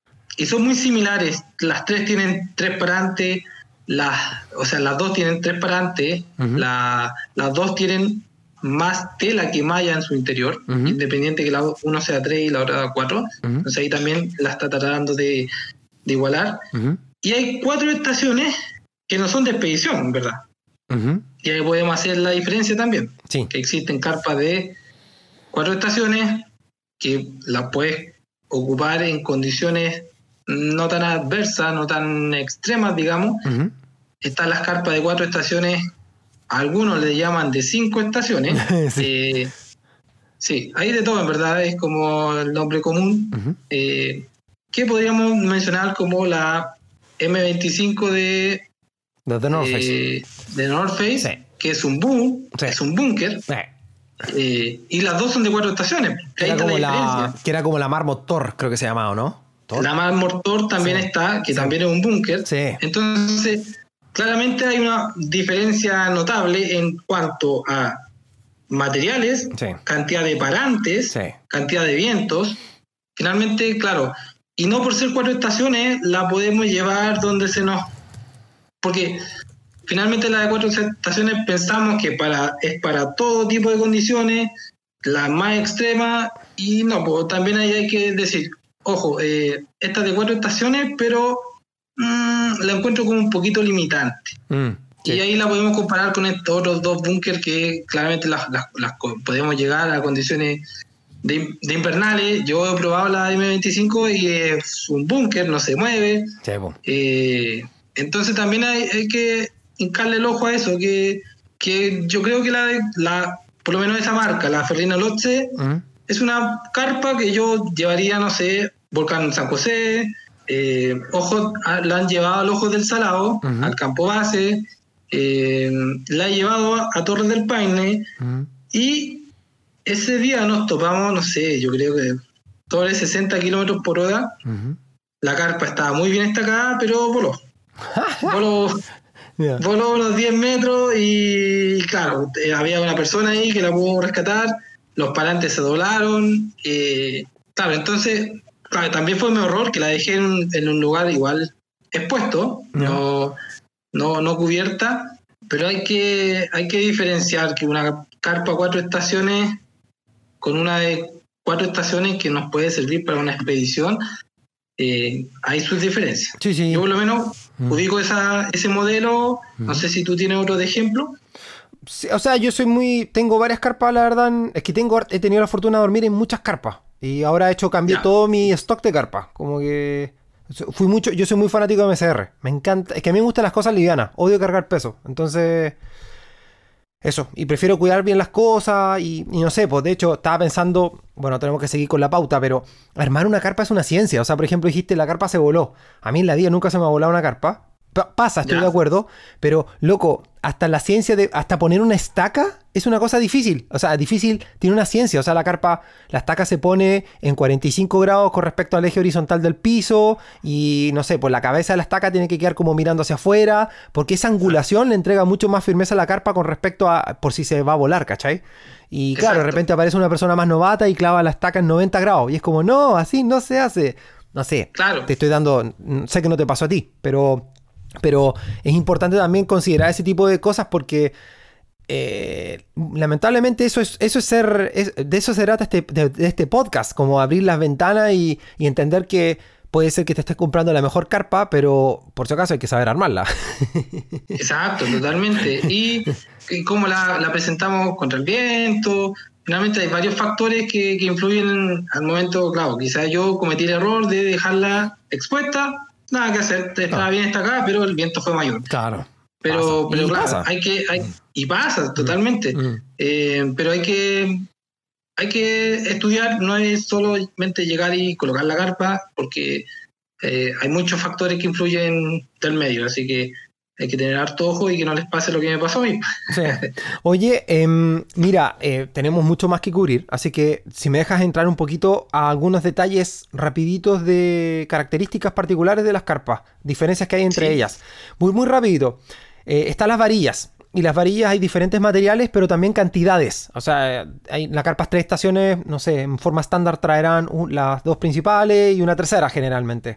y son muy similares. Las tres tienen tres parantes, las, o sea, las dos tienen tres parantes, Ujú. la- las dos tienen más tela que malla en su interior, Ujú. independiente que la uno sea tres y la otra cuatro. Ujú. Entonces ahí también la está tratando de, de igualar. Ujú. Y hay cuatro estaciones que no son de expedición, en verdad. Ujú. Y ahí podemos hacer la diferencia también. Sí. Que existen carpas de cuatro estaciones que las puedes ocupar en condiciones no tan adversas, no tan extremas, digamos. Ujú. Están las carpas de cuatro estaciones, algunos le llaman de cinco estaciones. Sí. Eh, sí, hay de todo, en verdad, es como el nombre común. Ujú. Eh, que podríamos mencionar como la eme veinticinco de, De The North Face. eh, de North Face, Sí. que es un boom, Sí. es un búnker. Eh, Eh, y las dos son de cuatro estaciones. que, Ahí era está la como la, diferencia. que era como la Marmot Thor, creo que se llamaba, ¿o no? ¿Thor? La Marmor Thor también Sí. está, que Sí. también es un búnker. Sí. Entonces, claramente hay una diferencia notable en cuanto a materiales, Sí. cantidad de parantes, Sí. cantidad de vientos. Finalmente, claro, y no por ser cuatro estaciones, la podemos llevar donde se nos... Porque finalmente la de cuatro estaciones pensamos que para es para todo tipo de condiciones, la más extrema, y no, pues también ahí hay que decir, ojo, eh, esta es de cuatro estaciones, pero mm, la encuentro como un poquito limitante. Mm, sí. Y ahí la podemos comparar con estos otros dos búnkers que claramente las, las- las co- podemos llegar a condiciones de, de invernales. Yo he probado la eme veinticinco y es un búnker, no se mueve. Sí, po. Eh, entonces también hay, hay que hincarle el ojo a eso, que, que yo creo que la, de- la por lo menos esa marca, la Ferrino Lotse, Ujú. es una carpa que yo llevaría, no sé, Volcán San José, eh, ojo, a- la han llevado al Ojo del Salado, Ujú. al Campo Base, eh, la he llevado a, a Torres del Paine, Ujú. y ese día nos topamos, no sé, yo creo que sobre sesenta kilómetros por hora. Ujú. La carpa estaba muy bien destacada, pero voló. Voló. Yeah. Voló unos diez metros y claro, eh, había una persona ahí que la pudo rescatar, los parantes se doblaron, eh, claro, entonces, claro, también fue mi error que la dejé en, en un lugar igual expuesto, Yeah. no, no, no cubierta, pero hay que, hay que diferenciar que una carpa cuatro estaciones con una de cuatro estaciones que nos puede servir para una expedición, eh, hay sus diferencias. Sí, sí. Yo por lo menos Mm. ubico esa, ese modelo, Mm. no sé si tú tienes otro de ejemplo. Sí, o sea, yo soy muy... Tengo varias carpas, la verdad. en- Es que tengo, he tenido la fortuna de dormir en muchas carpas. Y ahora he hecho, cambié Ya. todo mi stock de carpas. Como que... Fui mucho, yo soy muy fanático de M C R. Me encanta... Es que a mí me gustan las cosas livianas. Odio cargar peso. Entonces... Eso. Y prefiero cuidar bien las cosas. Y, y no sé, pues de hecho estaba pensando... Bueno, tenemos que seguir con la pauta, pero... Armar una carpa es una ciencia. O sea, por ejemplo, dijiste la carpa se voló. A mí en la vida nunca se me ha volado una carpa. Pa- Pasa, estoy Ya. de acuerdo, pero loco, hasta la ciencia de, hasta poner una estaca es una cosa difícil, o sea, difícil, tiene una ciencia, o sea, la carpa, la estaca se pone en cuarenta y cinco grados con respecto al eje horizontal del piso y no sé, pues la cabeza de la estaca tiene que quedar como mirando hacia afuera, porque esa angulación le entrega mucho más firmeza a la carpa con respecto a por si se va a volar, ¿cachai? Y claro, de Exacto. repente aparece una persona más novata y clava la estaca en noventa grados y es como, no, así no se hace, no sé, Claro. te estoy dando, sé que no te pasó a ti, pero... Pero es importante también considerar ese tipo de cosas porque eh, lamentablemente eso es, eso es ser, es- de eso se trata este, de, de este podcast, como abrir las ventanas y, y entender que puede ser que te estés comprando la mejor carpa, pero por si acaso hay que saber armarla. Exacto, totalmente. Y, y cómo la, la presentamos contra el viento. Finalmente hay varios factores que, que influyen al momento, claro, quizás yo cometí el error de dejarla expuesta, nada que hacer, estaba No. bien destacada, pero el viento fue mayor. Claro. Pero, Pasa. pero Y claro, pasa. hay que, hay, y pasa totalmente. Mm. Eh, pero hay que, hay que estudiar, no es solamente llegar y colocar la carpa, porque eh, hay muchos factores que influyen del medio, así que hay que tener harto ojo y que no les pase lo que me pasó a mí. Sí. Oye, em, mira, eh, tenemos mucho más que cubrir, así que si me dejas entrar un poquito a algunos detalles rapiditos de características particulares de las carpas, diferencias que hay entre Sí. ellas. Muy, muy rapidito. Eh, están las varillas. Y las varillas hay diferentes materiales, pero también cantidades. O sea, hay las carpas tres estaciones, no sé, en forma estándar traerán un- las dos principales y una tercera generalmente.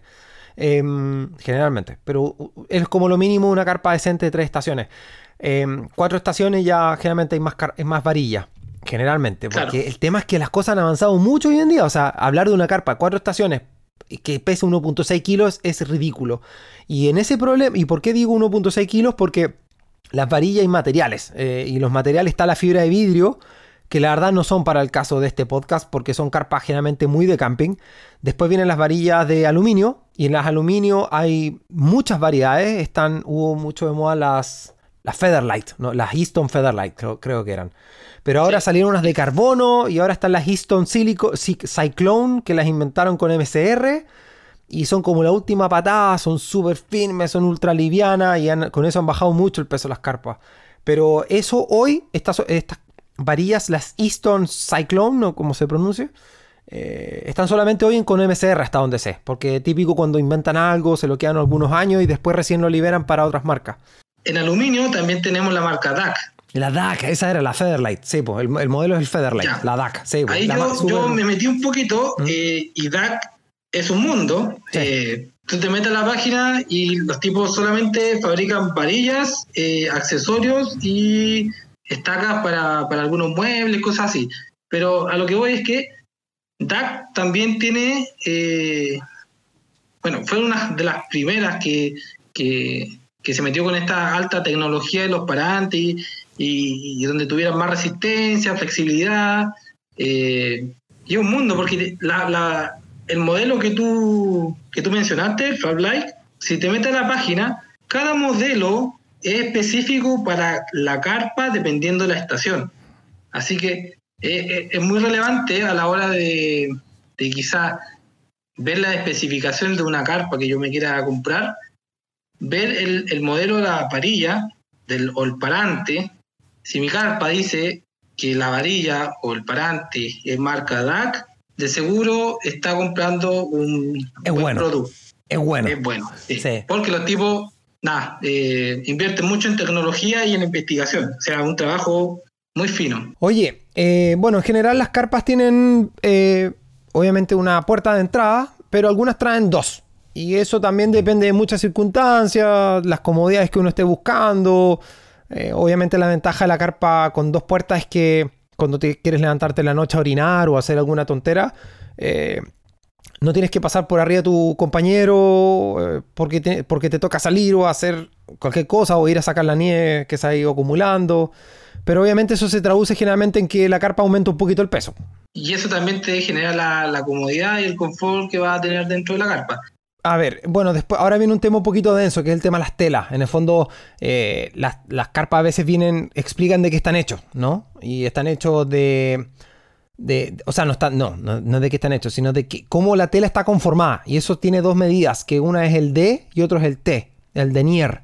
Em, generalmente, pero uh, es como lo mínimo una carpa decente de tres estaciones. Em, cuatro estaciones ya generalmente hay más, car- es más varilla, generalmente, porque Claro. el tema es que las cosas han avanzado mucho hoy en día. O sea, hablar de una carpa de cuatro estaciones que pesa uno punto seis kilos es ridículo. Y en ese problema, ¿y por qué digo uno punto seis kilos? Porque las varillas y materiales, eh, y los materiales está la fibra de vidrio, que la verdad no son para el caso de este podcast porque son carpas generalmente muy de camping. Después vienen las varillas de aluminio y en las aluminio hay muchas variedades. Están, hubo mucho de moda las, las Featherlight, ¿no? Las Easton Featherlight creo, creo que eran. Pero ahora Sí. salieron unas de carbono y ahora están las Easton Silico, Cy- Cyclone que las inventaron con M C R. Y son como la última patada, son súper firmes, son ultra livianas y han- con eso han bajado mucho el peso de las carpas. Pero eso hoy, estas, estas varillas, las Easton Cyclone, o como se pronuncia, eh, están solamente hoy en con M C R hasta donde sé. Porque típico cuando inventan algo, se lo quedan algunos años y después recién lo liberan para otras marcas. En aluminio también tenemos la marca D A C. La D A C, esa era la Featherlight, sí, pues, el, el modelo es el Featherlight, Ya. la D A C, sí, pues, Ahí la yo, más super- yo me metí un poquito ¿Mm? eh, y D A C es un mundo. Sí. Eh, tú te metes a la página y los tipos solamente fabrican varillas, eh, accesorios y estacas para, para algunos muebles, cosas así. Pero a lo que voy es que D A C también tiene, eh, bueno, fue una de las primeras que, que, que se metió con esta alta tecnología de los parantes y, y, y donde tuvieran más resistencia, flexibilidad. Eh, y es un mundo, porque la, la, el modelo que tú, que tú mencionaste, el Fablight, si te metes a la página, cada modelo es específico para la carpa dependiendo de la estación. Así que es, es muy relevante a la hora de, de quizás ver la especificación de una carpa que yo me quiera comprar, ver el, el modelo de la varilla del, o el parante. Si mi carpa dice que la varilla o el parante es marca D A C, de seguro está comprando un Es buen bueno. producto. Es bueno. Es bueno, sí. Sí. Porque los tipos nada, eh, invierte mucho en tecnología y en investigación. O sea, un trabajo muy fino. Oye, eh, bueno, en general las carpas tienen eh, obviamente una puerta de entrada, pero algunas traen dos. Y eso también depende de muchas circunstancias, las comodidades que uno esté buscando. Eh, obviamente la ventaja de la carpa con dos puertas es que cuando te quieres levantarte en la noche a orinar o hacer alguna tontera, eh, no tienes que pasar por arriba de tu compañero eh, porque, te, porque te toca salir o hacer cualquier cosa o ir a sacar la nieve que se ha ido acumulando. Pero obviamente eso se traduce generalmente en que la carpa aumenta un poquito el peso. Y eso también te genera la, la comodidad y el confort que vas a tener dentro de la carpa. A ver, bueno, después, ahora viene un tema un poquito denso, que es el tema de las telas. En el fondo, eh, las, las carpas a veces vienen, explican de qué están hechos, ¿no? Y están hechos de... de o sea, no, están, no, no, no de qué están hechos, sino de que, cómo la tela está conformada. Y eso tiene dos medidas, que una es el D y otro es el T, el denier.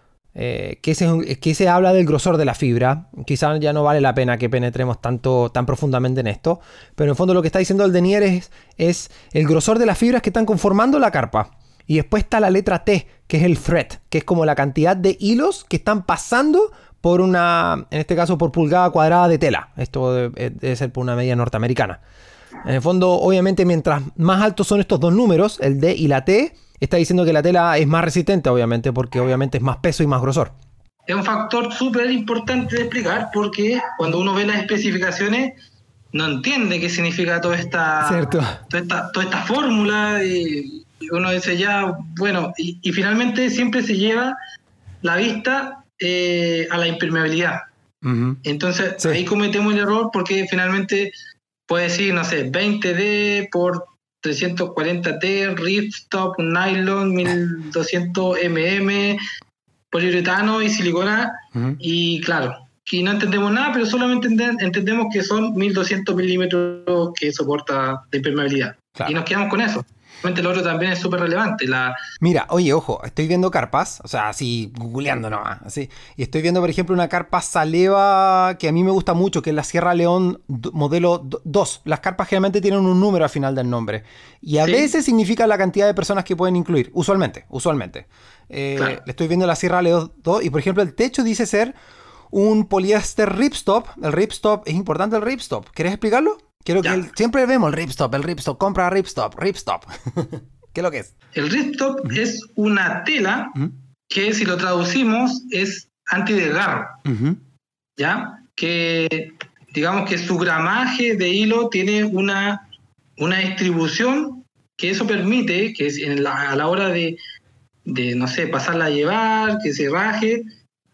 Eh, que, ese, que ese habla del grosor de la fibra. Quizás ya no vale la pena que penetremos tanto, tan profundamente en esto, pero en el fondo lo que está diciendo el denier es, es el grosor de las fibras que están conformando la carpa. Y después está la letra T, que es el thread, que es como la cantidad de hilos que están pasando por una, en este caso por pulgada cuadrada de tela. Esto debe, debe ser por una medida norteamericana. En el fondo, obviamente, mientras más altos son estos dos números, el D y la T, está diciendo que la tela es más resistente, obviamente, porque obviamente es más peso y más grosor. Es un factor súper importante de explicar porque cuando uno ve las especificaciones no entiende qué significa toda esta, Cierto. toda esta, toda esta fórmula y uno dice ya, bueno, y, y finalmente siempre se lleva la vista eh, a la impermeabilidad. Uh-huh. Entonces sí. Ahí cometemos el error porque finalmente puede decir, no sé, veinte D por trescientos cuarenta T, ripstop, nylon, mil doscientos mililitros, poliuretano y silicona. Uh-huh. Y claro, aquí no entendemos nada, pero solamente entendemos que son mil doscientos milímetros que soporta de impermeabilidad. Claro. Y nos quedamos con eso. El otro también es súper relevante. La... Mira, oye, ojo, estoy viendo carpas, o sea, así, googleando nomás, así, y estoy viendo, por ejemplo, una carpa Saleva que a mí me gusta mucho, que es la Sierra León modelo dos. Las carpas generalmente tienen un número al final del nombre, y a ¿sí? veces significa la cantidad de personas que pueden incluir, usualmente, usualmente. Eh, claro. Le estoy viendo la Sierra León dos, y por ejemplo, el techo dice ser un poliéster ripstop. El ripstop, es importante el ripstop, ¿querés explicarlo? Quiero que el, siempre vemos el ripstop, el ripstop, compra ripstop, ripstop. ¿Qué es lo que es? El ripstop uh-huh. es una tela uh-huh. que si lo traducimos es antidesgarro. Uh-huh. ¿Ya? Que digamos que su gramaje de hilo tiene una, una distribución que eso permite que en la, a la hora de, de, no sé, pasarla a llevar, que se raje,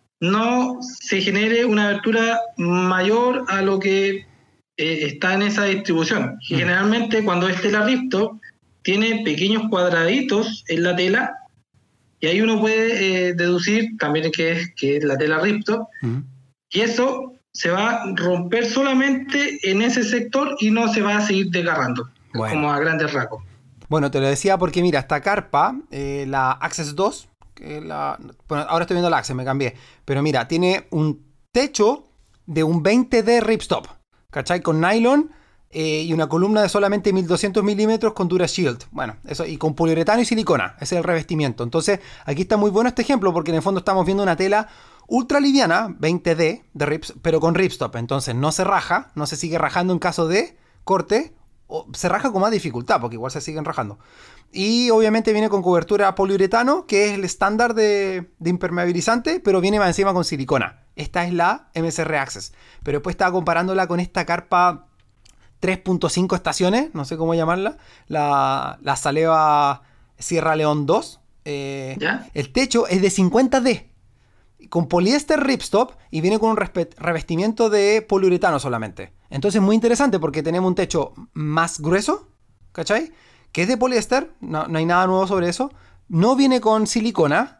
no se genere una abertura mayor a lo que Eh, está en esa distribución. Y generalmente cuando es tela ripstop tiene pequeños cuadraditos en la tela y ahí uno puede eh, deducir también que es, que es la tela ripstop uh-huh. y eso se va a romper solamente en ese sector y no se va a seguir desgarrando, bueno. como a grandes rasgos. Bueno, te lo decía porque mira, esta carpa, eh, la Access dos, que la, bueno, ahora estoy viendo la Access, me cambié, pero mira, tiene un techo de un veinte D ripstop, ¿cachai? Con nylon eh, y una columna de solamente mil doscientos milímetros con DuraShield. Bueno, eso, y con poliuretano y silicona. Ese es el revestimiento. Entonces, aquí está muy bueno este ejemplo porque en el fondo estamos viendo una tela ultra liviana, veinte D, de rips, pero con ripstop. Entonces, no se raja, no se sigue rajando en caso de corte, o se raja con más dificultad porque igual se siguen rajando. Y obviamente viene con cobertura poliuretano, que es el estándar de, de impermeabilizante, pero viene más encima con silicona. Esta es la M S R Access. Pero después estaba comparándola con esta carpa tres punto cinco estaciones, no sé cómo llamarla, la, la Saleva Sierra León dos. Eh, ¿Ya? El techo es de cincuenta D, con poliéster ripstop y viene con un revestimiento de poliuretano solamente. Entonces muy interesante porque tenemos un techo más grueso, ¿cachai? Que es de poliéster, no, no hay nada nuevo sobre eso. No viene con silicona,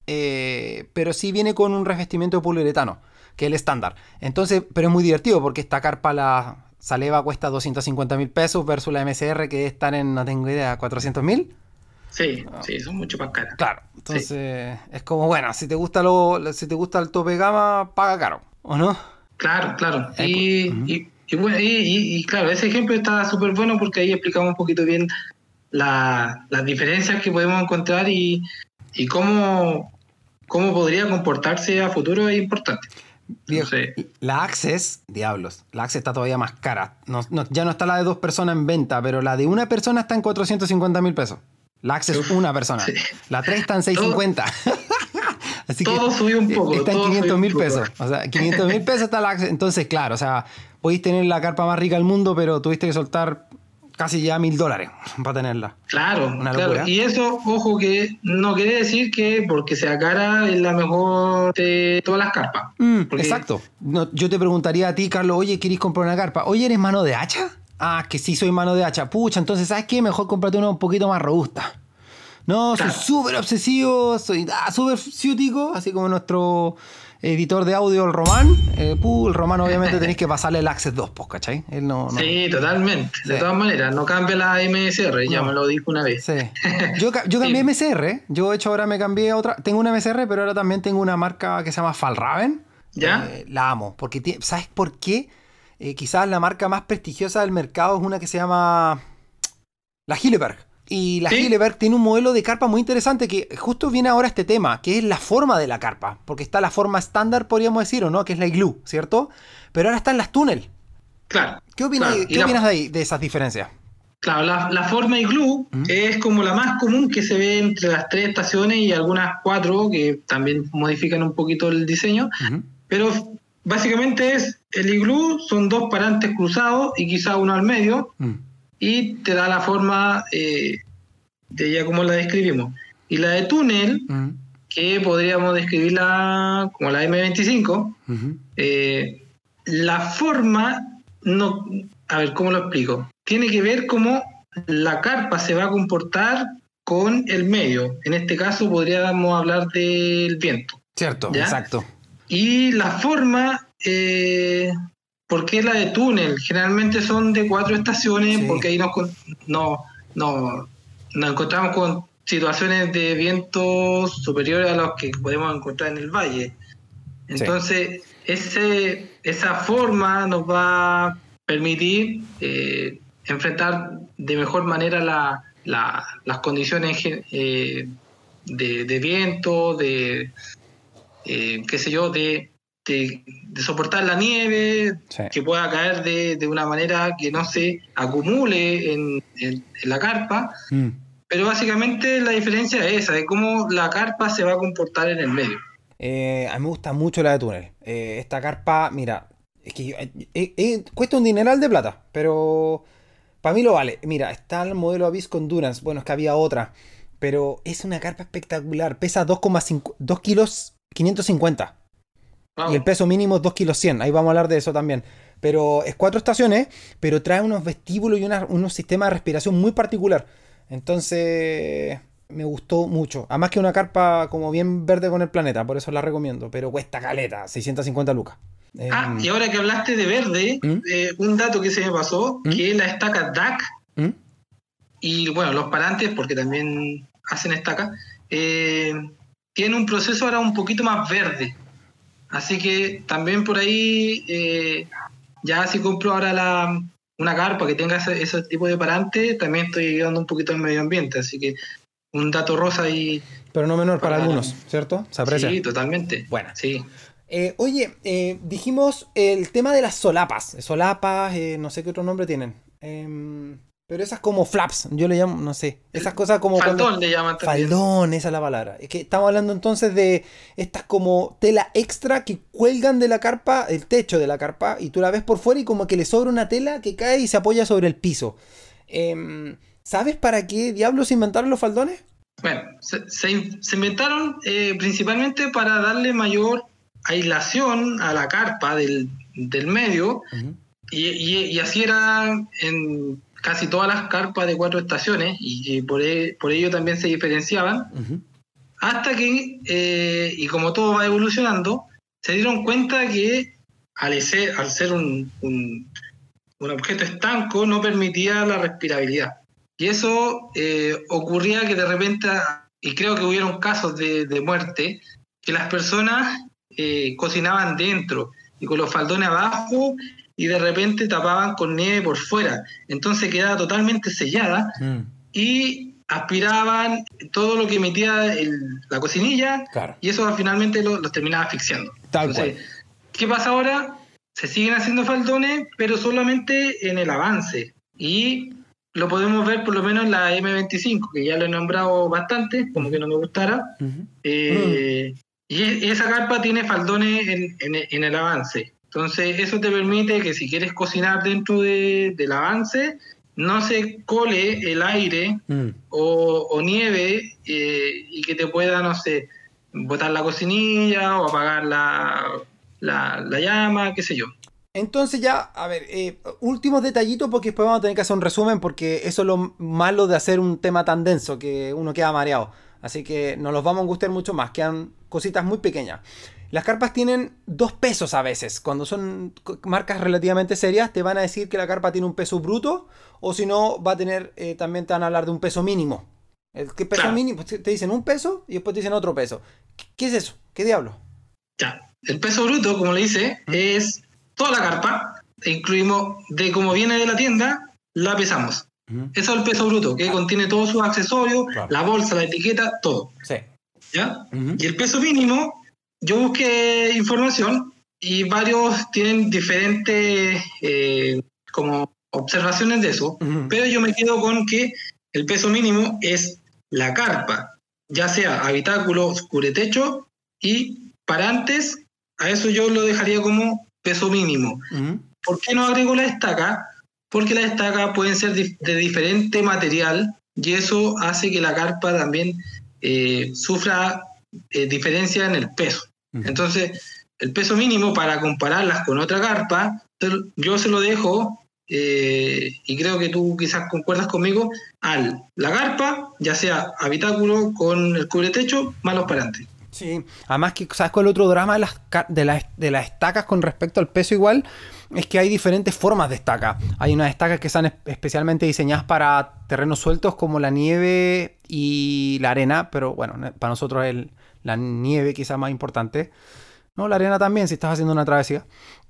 eh, pero sí viene con un revestimiento de poliuretano, que es el estándar. Entonces, pero es muy divertido porque esta carpa, la Saleva, cuesta doscientos cincuenta mil pesos versus la M S R que están en, no tengo idea, cuatrocientos mil. Sí, oh. sí, son mucho más caras. Claro, entonces sí. Es como, bueno, si te gusta lo, si te gusta el tope gama, paga caro, ¿o no? Claro, claro. Y, uh-huh. y, y, bueno, y, y, y claro, ese ejemplo está súper bueno porque ahí explicamos un poquito bien la, las diferencias que podemos encontrar y, y cómo cómo podría comportarse a futuro es importante. Viejo, Entonces, la Access, diablos, la Access está todavía más cara. No, no, ya no está la de dos personas en venta, pero la de una persona está en cuatrocientos cincuenta mil pesos. La Access uf, una persona. sí. La tres está en Todo, seiscientos cincuenta. Así que todo subió un eh, poco, está en todo subió quinientos un mil poco. pesos. O sea, quinientos mil pesos está la Access. Entonces, claro, o sea, podéis tener la carpa más rica del mundo, pero tuviste que soltar casi ya mil dólares para tenerla. Claro, Una claro. locura. Y eso, ojo, que no quiere decir que porque sea cara es la mejor de todas las carpas. Mm, Porque, exacto. No, yo te preguntaría a ti, Carlos, oye, ¿querés comprar una carpa? Oye, ¿eres mano de hacha? Ah, que sí soy mano de hacha. Pucha, entonces, ¿sabes qué? Mejor cómprate una un poquito más robusta. No, soy claro, súper obsesivo, soy ah, súper ciútico, así como nuestro editor de audio, el Román. Eh, puh, el Román obviamente tenéis que pasarle el Access dos, pues, ¿cachai? Él no... no sí, totalmente. sí. De todas maneras, no cambia la M S R, ya No. me lo dijo una vez. Sí. Yo, ca- yo cambié Sí. M S R, yo de hecho ahora me cambié a otra, tengo una M S R, pero ahora también tengo una marca que se llama Falraven. ¿Ya? Eh, la amo, porque tie- ¿sabes por qué? Eh, quizás la marca más prestigiosa del mercado es una que se llama la Hilleberg. Y la ¿Sí? Hilleberg tiene un modelo de carpa muy interesante que justo viene ahora este tema, que es la forma de la carpa. Porque está la forma estándar, podríamos decir, o no, que es la iglú, ¿cierto? Pero ahora están las túnel. Claro. ¿Qué opinas, Claro. Y ¿qué la- opinas de, ahí, de esas diferencias? Claro, la, la forma iglú ¿Mm? es como la más común que se ve entre las tres estaciones y algunas cuatro que también modifican un poquito el diseño, Ujú. pero básicamente es el iglú, son dos parantes cruzados y quizá uno al medio, Mm. y te da la forma eh, de ya como la describimos. Y la de túnel, Mm. que podríamos describirla como la M veinticinco, Ujú. eh, la forma, no, a ver, ¿cómo lo explico? Tiene que ver cómo la carpa se va a comportar con el medio. En este caso podríamos hablar del viento. Cierto, ¿Ya? exacto. Y la forma, eh, ¿por qué la de túnel? Generalmente son de cuatro estaciones, Sí. porque ahí nos, con- no, no, nos encontramos con situaciones de vientos superiores a los que podemos encontrar en el valle. Entonces, ese, esa forma nos va a permitir eh, enfrentar de mejor manera la, la- las condiciones eh, de, de viento, de, eh, qué sé yo, de, de, de soportar la nieve, Sí. que pueda caer de, de una manera que no se acumule en, en- en la carpa. Mm. Pero básicamente la diferencia es esa, de cómo la carpa se va a comportar en el medio. Eh, a mí me gusta mucho la de túnel. Eh, esta carpa, mira, es que yo- eh, eh, eh, cuesta un dineral de plata, pero para mí lo vale. Mira, está el modelo Abyss con Endurance. Bueno, es que había otra, pero es una carpa espectacular. Pesa dos coma cinco dos kilos quinientos cincuenta. Wow. Y el peso mínimo es dos kilos cien. Ahí vamos a hablar de eso también. Pero es cuatro estaciones, pero trae unos vestíbulos y una- unos sistemas de respiración muy particular. Entonces, me gustó mucho. Además que una carpa como bien verde con el planeta, por eso la recomiendo. Pero cuesta caleta, seiscientos cincuenta lucas. Ah, Em, y ahora que hablaste de verde, ¿Mm? eh, un dato que se me pasó, ¿Mm? que la estaca D A C ¿Mm? y bueno, los parantes, porque también hacen estaca, eh, tienen un proceso ahora un poquito más verde. Así que también por ahí, eh, ya si compro ahora la, una carpa que tenga ese, ese tipo de parante, también estoy ayudando un poquito al medio ambiente. Así que un dato rosa ahí. Pero no menor para Para- algunos, ¿cierto? Se aprecia. Sí, totalmente. Bueno. Sí. Eh, oye, eh, dijimos el tema de las solapas. Solapas, eh, no sé qué otro nombre tienen. Em, pero esas como flaps, yo le llamo, no sé. Esas cosas como cuando- Faldón le llaman también. Faldón, esa es la palabra. Es que estamos hablando entonces de estas como tela extra que cuelgan de la carpa, el techo de la carpa, y tú la ves por fuera y como que le sobra una tela que cae y se apoya sobre el piso. Em, ¿Sabes para qué diablos inventaron los faldones? Bueno, se, se- se inventaron eh, principalmente para darle mayor aislación a la carpa del, del medio, y, y- y así era en casi todas las carpas de cuatro estaciones, y, y por, e- por ello también se diferenciaban, Ujú. hasta que, eh, y como todo va evolucionando, se dieron cuenta que al ser, al ser un, un- un objeto estanco no permitía la respirabilidad. Y eso eh, ocurría que de repente, y creo que hubieron casos de, de muerte, que las personas eh, cocinaban dentro y con los faldones abajo y de repente tapaban con nieve por fuera. Entonces quedaba totalmente sellada Mm. y aspiraban todo lo que emitía el- la cocinilla, Claro. y eso finalmente lo- los terminaba asfixiando. Tal Entonces, cual. ¿qué pasa ahora? Se siguen haciendo faldones, pero solamente en el avance. Y lo podemos ver por lo menos en la eme veinticinco, que ya lo he nombrado bastante, como que no me gustara. Ujú. Eh, y e- esa carpa tiene faldones en, en- en el avance. Entonces, eso te permite que si quieres cocinar dentro de- del avance, no se cole el aire Mm. o, o nieve, eh, y que te pueda, no sé, botar la cocinilla o apagar la, la, la llama, qué sé yo. Entonces ya, a ver, eh, últimos detallitos porque después vamos a tener que hacer un resumen porque eso es lo malo de hacer un tema tan denso que uno queda mareado. Así que no los vamos a gustar mucho más, quedan cositas muy pequeñas. Las carpas tienen dos pesos a veces. Cuando son co- marcas relativamente serias te van a decir que la carpa tiene un peso bruto o si no va a tener, eh, también te van a hablar de un peso mínimo. El que peso Claro, mínimo, te te dicen un peso y después te dicen otro peso. ¿Qué, qué es eso? ¿Qué diablo? ya. El peso bruto, como le dice, ¿Mm? es toda la carpa, e incluimos de cómo viene de la tienda, la pesamos. Ujú. Eso es el peso bruto, que contiene todos sus accesorios, Claro. la bolsa, la etiqueta, todo. Sí. ¿Ya? Ujú. Y el peso mínimo, yo busqué información y varios tienen diferentes eh, como observaciones de eso, Ujú. pero yo me quedo con que el peso mínimo es la carpa, ya sea habitáculo, cubretecho y parantes, a eso yo lo dejaría como peso mínimo. Ujú. ¿Por qué no agrego la estaca? Porque las estacas pueden ser dif- de diferente material y eso hace que la carpa también eh, sufra eh, diferencia en el peso. Ujú. Entonces, el peso mínimo para compararlas con otra carpa, te- yo se lo dejo, eh, y creo que tú quizás concuerdas conmigo, al la carpa, ya sea habitáculo con el cubretecho, más los parantes. Sí, además que, ¿sabes cuál es el otro drama de las, ca- de, las, de las estacas con respecto al peso igual? Es que hay diferentes formas de estaca. Hay unas estacas que están es- especialmente diseñadas para terrenos sueltos como la nieve y la arena, pero bueno, ne- para nosotros el, la nieve quizá más importante. No, la arena también si estás haciendo una travesía.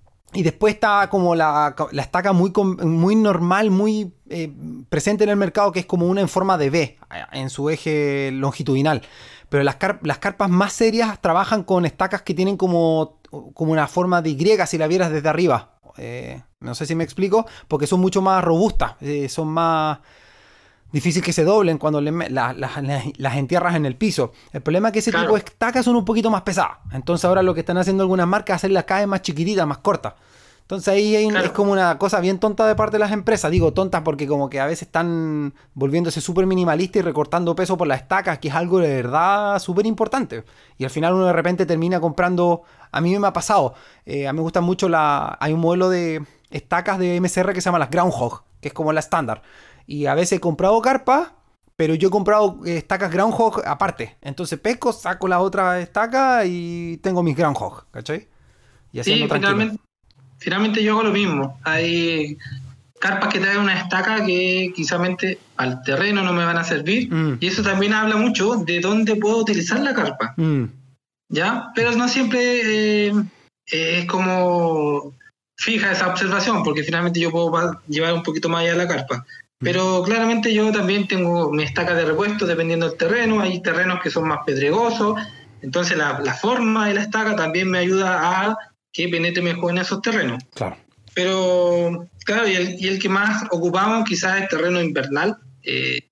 Y después está como la, la estaca muy, com- muy normal, muy eh, presente en el mercado, que es como una en forma de V, en su eje longitudinal. Pero las, car- las carpas más serias trabajan con estacas que tienen como, como una forma de Y si la vieras desde arriba. Eh, no sé si me explico, porque son mucho más robustas, eh, son más difícil que se doblen cuando le, me- la- la- la- las entierras en el piso. El problema es que ese tipo Claro, de estacas son un poquito más pesadas. Entonces ahora lo que están haciendo algunas marcas es hacerlas cada vez más chiquititas, más cortas. Entonces ahí hay un- es claro. como una cosa bien tonta de parte de las empresas. Digo tontas porque como que a veces están volviéndose súper minimalistas y recortando peso por las estacas, que es algo de verdad súper importante. Y al final uno de repente termina comprando... A mí me ha pasado. Eh, a mí me gusta mucho la... Hay un modelo de estacas de M C R que se llama las Groundhog, que es como la estándar. Y a veces he comprado carpas, pero yo he comprado eh, estacas Groundhog aparte. Entonces pesco, saco la otra estaca y tengo mis Groundhog, ¿cachai? Y así ando Sí, tranquilo. finalmente, finalmente yo hago lo mismo. Hay carpas que traen una estaca que quizásmente al terreno no me van a servir, Mm, y eso también habla mucho de dónde puedo utilizar la carpa, mm, ¿ya? Pero no siempre eh, es como fija esa observación, porque finalmente yo puedo pa- llevar un poquito más allá la carpa. Pero claramente yo también tengo mi estaca de repuesto dependiendo del terreno. Hay terrenos que son más pedregosos, entonces la, la forma de la estaca también me ayuda a que penetre mejor en esos terrenos. claro. Pero, claro, y el, y el que más ocupamos quizás es terreno invernal. Eh,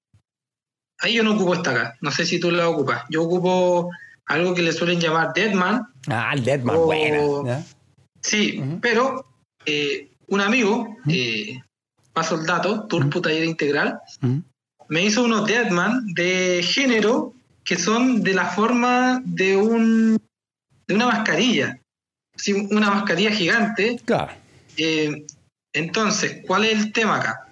ahí yo no ocupo estaca, no sé si tú la ocupas. Yo ocupo algo que le suelen llamar Deadman. Ah, el Deadman, o- buena. ¿Ya? Sí, Ujú. pero eh, un amigo, eh, paso el dato, Turpo Taller Integral, Ujú. me hizo unos Deadman de género que son de la forma de un de una mascarilla. Sí, una mascarilla gigante. Claro. Eh, entonces, ¿cuál es el tema acá?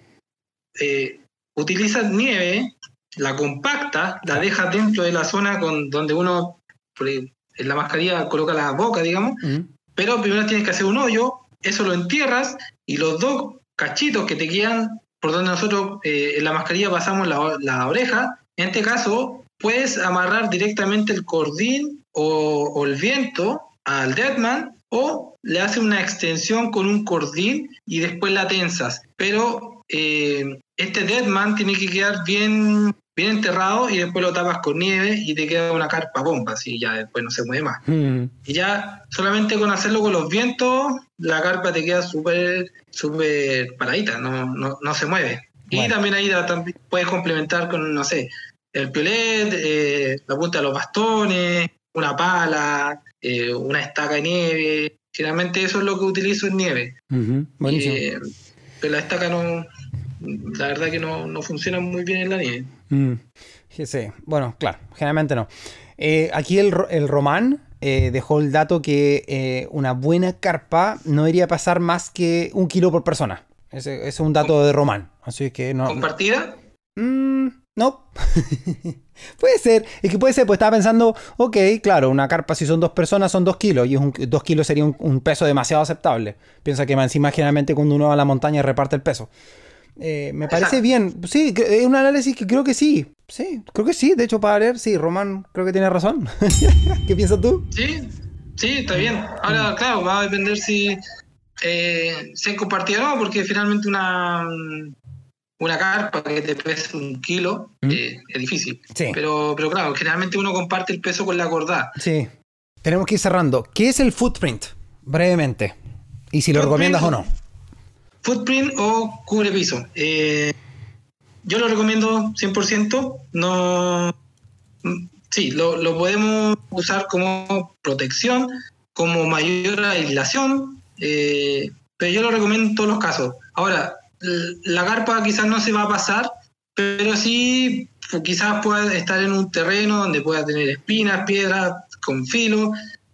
Eh, utilizas nieve, la compacta, la Claro. dejas dentro de la zona con donde uno por ahí, en la mascarilla coloca la boca, digamos, Ujú. pero primero tienes que hacer un hoyo, eso lo entierras y los dos cachitos que te quedan por donde nosotros eh, en la mascarilla pasamos la, la oreja, en este caso puedes amarrar directamente el cordín o, o el viento al Deadman, o le haces una extensión con un cordín y después la tensas. Pero eh, este Deadman tiene que quedar bien bien enterrado y después lo tapas con nieve y te queda una carpa bomba, así ya después no se mueve más. Mm. Y ya solamente con hacerlo con los vientos, la carpa te queda súper, súper paradita, no, no, no se mueve. Y Bueno. también ahí la- también puedes complementar con, no sé, el piolet, eh, la punta de los bastones, una pala, eh, una estaca de nieve. Generalmente eso es lo que utilizo en nieve. Ujú, buenísimo. Eh, pero la estaca no, la verdad que no, no funciona muy bien en la nieve. Mm, sí, sí. Bueno, claro, generalmente no. Eh, aquí el, ro- el Román eh, dejó el dato que eh, una buena carpa no debería pasar más que un kilo por persona. Ese, ese es un dato de Román. Así que no. ¿Compartida? Mm, no. Puede ser. Es que puede ser, pues estaba pensando, ok, claro, una carpa si son dos personas son dos kilos y es un- dos kilos sería un, un peso demasiado aceptable. Piensa que más encima generalmente cuando uno va a la montaña reparte el peso. Eh, me parece Exacto. bien. Sí, que- es un análisis que creo que sí. Sí, creo que sí. De hecho, para leer, sí, Román creo que tiene razón. ¿Qué piensas tú? Sí, sí, está bien. Ahora, claro, va a depender si, eh, si es compartida o no, porque finalmente una, una carpa que te pesa un kilo ¿Mm? eh, es difícil. Sí, Pero, pero claro, generalmente uno comparte el peso con la cordada. sí. Tenemos que ir cerrando. ¿Qué es el footprint? Brevemente. Y si lo Footprint, recomiendas o no. footprint o cubre piso. Eh, yo lo recomiendo cien por ciento. No, mm, sí, lo, lo podemos usar como protección, como mayor aislación, eh, pero yo lo recomiendo en todos los casos. Ahora, l- la carpa quizás no se va a pasar, pero sí fu- quizás pueda estar en un terreno donde pueda tener espinas, piedras con filo,